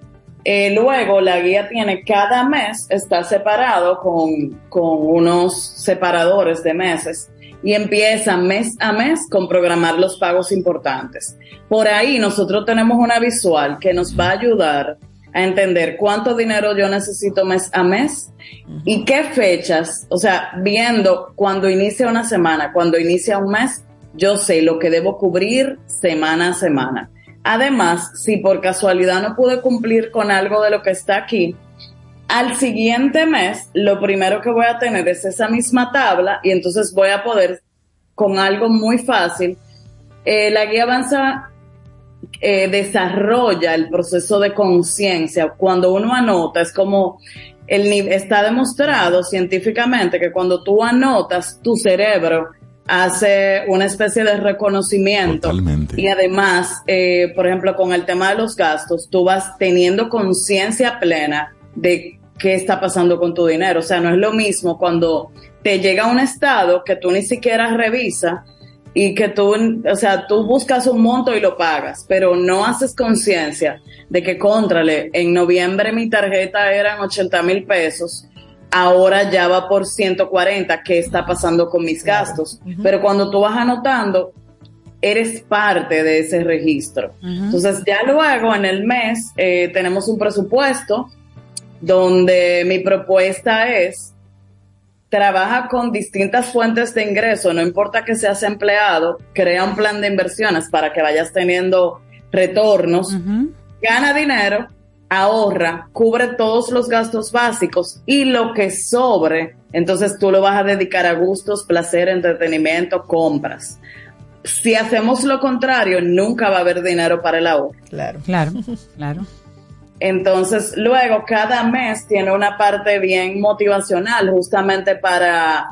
Luego, la guía tiene, cada mes está separado con unos separadores de meses, y empieza mes a mes con programar los pagos importantes. Por ahí nosotros tenemos una visual que nos va a ayudar a entender cuánto dinero yo necesito mes a mes y qué fechas, o sea, viendo cuando inicia una semana, cuando inicia un mes, yo sé lo que debo cubrir semana a semana. Además, si por casualidad no pude cumplir con algo de lo que está aquí, al siguiente mes, lo primero que voy a tener es esa misma tabla, y entonces voy a poder, con algo muy fácil, la guía avanza, desarrolla el proceso de conciencia. Cuando uno anota, es como, está demostrado científicamente que cuando tú anotas, tu cerebro hace una especie de reconocimiento. Totalmente. Y además, por ejemplo, con el tema de los gastos, tú vas teniendo conciencia plena de qué está pasando con tu dinero. O sea, no es lo mismo cuando te llega un estado que tú ni siquiera revisas y que tú buscas un monto y lo pagas, pero no haces conciencia de que, cóntrale, en noviembre mi tarjeta eran 80,000 pesos, ahora ya va por 140, ¿qué está pasando con mis gastos? Pero cuando tú vas anotando, eres parte de ese registro. Entonces, ya luego en el mes tenemos un presupuesto donde mi propuesta es: trabaja con distintas fuentes de ingreso, no importa que seas empleado, crea un plan de inversiones para que vayas teniendo retornos, gana dinero, ahorra, cubre todos los gastos básicos, y lo que sobre, entonces tú lo vas a dedicar a gustos, placer, entretenimiento, compras. Si hacemos lo contrario, nunca va a haber dinero para el ahorro. Claro. Entonces, luego, cada mes tiene una parte bien motivacional, justamente para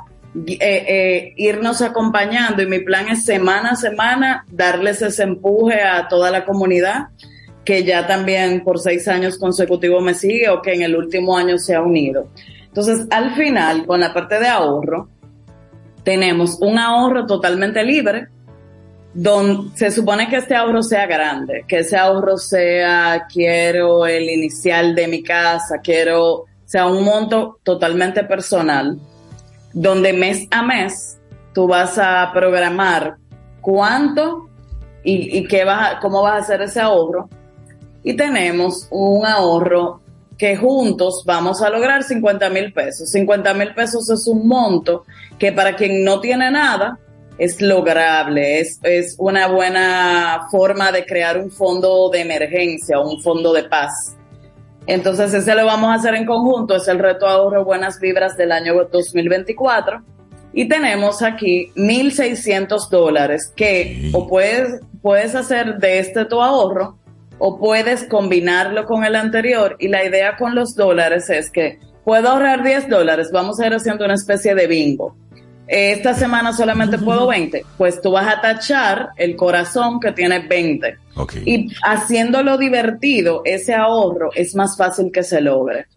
irnos acompañando, y mi plan es semana a semana darles ese empuje a toda la comunidad, que ya también por 6 años consecutivos me sigue, o que en el último año se ha unido. Entonces, al final, con la parte de ahorro, tenemos un ahorro totalmente libre, donde se supone que este ahorro sea grande, que ese ahorro sea, quiero el inicial de mi casa, sea un monto totalmente personal, donde mes a mes tú vas a programar cuánto y cómo vas a hacer ese ahorro. Y tenemos un ahorro que juntos vamos a lograr 50,000 pesos. 50,000 pesos es un monto que, para quien no tiene nada, es lograble, es una buena forma de crear un fondo de emergencia, un fondo de paz. Entonces, ese lo vamos a hacer en conjunto, es el reto ahorro Buenas Vibras del año 2024, Y tenemos aquí $1,600 que o puedes hacer de este tu ahorro o puedes combinarlo con el anterior. Y la idea con los dólares es que puedo ahorrar $10, vamos a ir haciendo una especie de bingo. Esta semana solamente puedo 20, pues tú vas a tachar el corazón que tiene 20. Okay. Y haciéndolo divertido, ese ahorro es más fácil que se logre.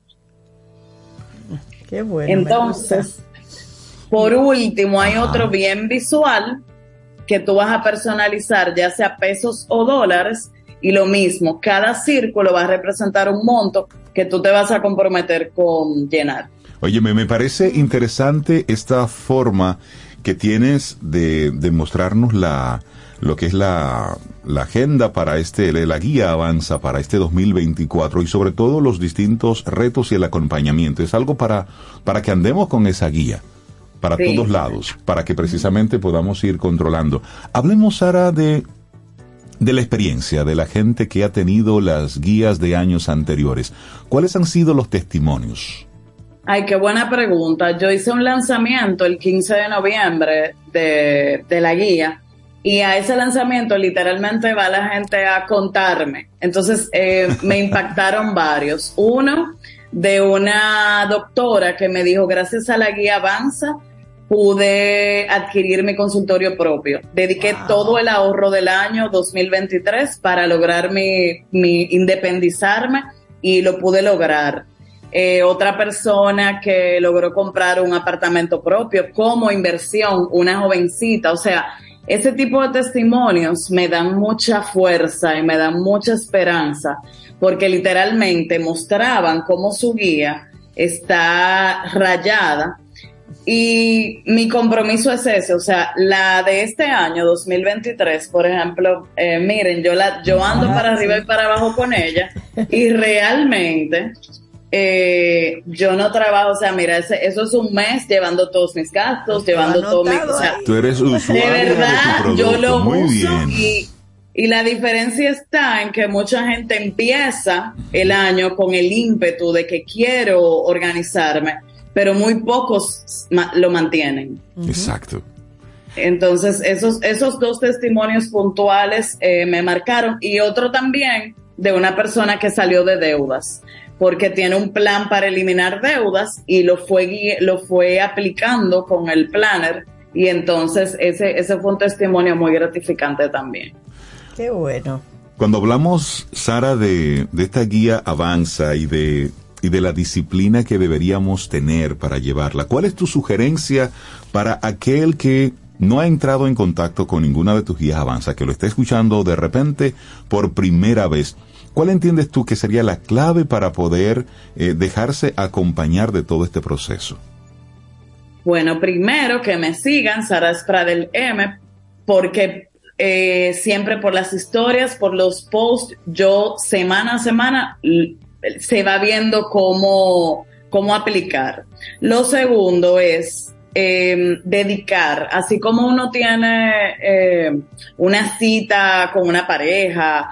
Qué bueno. Entonces, por último, hay otro bien visual que tú vas a personalizar, ya sea pesos o dólares, y lo mismo, cada círculo va a representar un monto que tú te vas a comprometer con llenar. Oye, me parece interesante esta forma que tienes de mostrarnos lo que es la agenda para la guía Avanza para este 2024 y sobre todo los distintos retos y el acompañamiento. Es algo para que andemos con esa guía para todos lados, para que precisamente podamos ir controlando. Hablemos, Sara, de la experiencia de la gente que ha tenido las guías de años anteriores. ¿Cuáles han sido los testimonios? Ay, qué buena pregunta. Yo hice un lanzamiento el 15 de noviembre de la guía y a ese lanzamiento literalmente va la gente a contarme. Entonces me impactaron varios. Uno de una doctora que me dijo, gracias a la guía Avanza, pude adquirir mi consultorio propio. Dediqué todo el ahorro del año 2023 para lograr mi independizarme y lo pude lograr. Otra persona que logró comprar un apartamento propio como inversión, una jovencita. O sea, ese tipo de testimonios me dan mucha fuerza y me dan mucha esperanza, porque literalmente mostraban cómo su guía está rayada. Y mi compromiso es ese, o sea, la de este año 2023, por ejemplo, miren, yo ando para arriba y para abajo con ella y realmente yo no trabajo, o sea, mira, eso es un mes llevando todos mis gastos, llevando todo mi, o sea, tú eres usuario de verdad, de tu yo lo Muy uso bien. y la diferencia está en que mucha gente empieza el año con el ímpetu de que quiero organizarme, pero muy pocos lo mantienen. Exacto. Entonces, esos dos testimonios puntuales me marcaron, y otro también de una persona que salió de deudas, porque tiene un plan para eliminar deudas y lo fue aplicando con el planner, y entonces ese fue un testimonio muy gratificante también. Qué bueno. Cuando hablamos, Sara, de esta guía Avanza y de la disciplina que deberíamos tener para llevarla, ¿cuál es tu sugerencia para aquel que no ha entrado en contacto con ninguna de tus guías Avanza, que lo está escuchando de repente por primera vez? ¿Cuál entiendes tú que sería la clave para poder dejarse acompañar de todo este proceso? Bueno, primero que me sigan, Sara Spradel M, porque siempre por las historias, por los posts, yo semana a semana se va viendo cómo aplicar. Lo segundo es dedicar, así como uno tiene una cita con una pareja,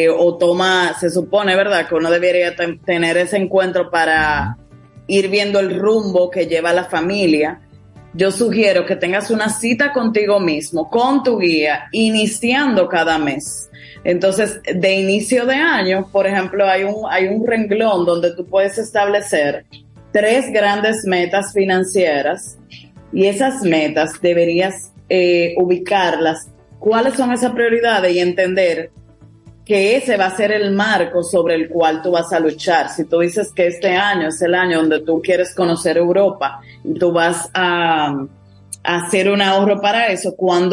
se supone, ¿verdad?, que uno debería tener ese encuentro para ir viendo el rumbo que lleva la familia. Yo sugiero que tengas una cita contigo mismo, con tu guía, iniciando cada mes. Entonces, de inicio de año, por ejemplo, hay un renglón donde tú puedes establecer 3 grandes metas financieras, y esas metas deberías ubicarlas, cuáles son esas prioridades, y entender que ese va a ser el marco sobre el cual tú vas a luchar. Si tú dices que este año es el año donde tú quieres conocer Europa y tú vas a hacer un ahorro para eso, cuando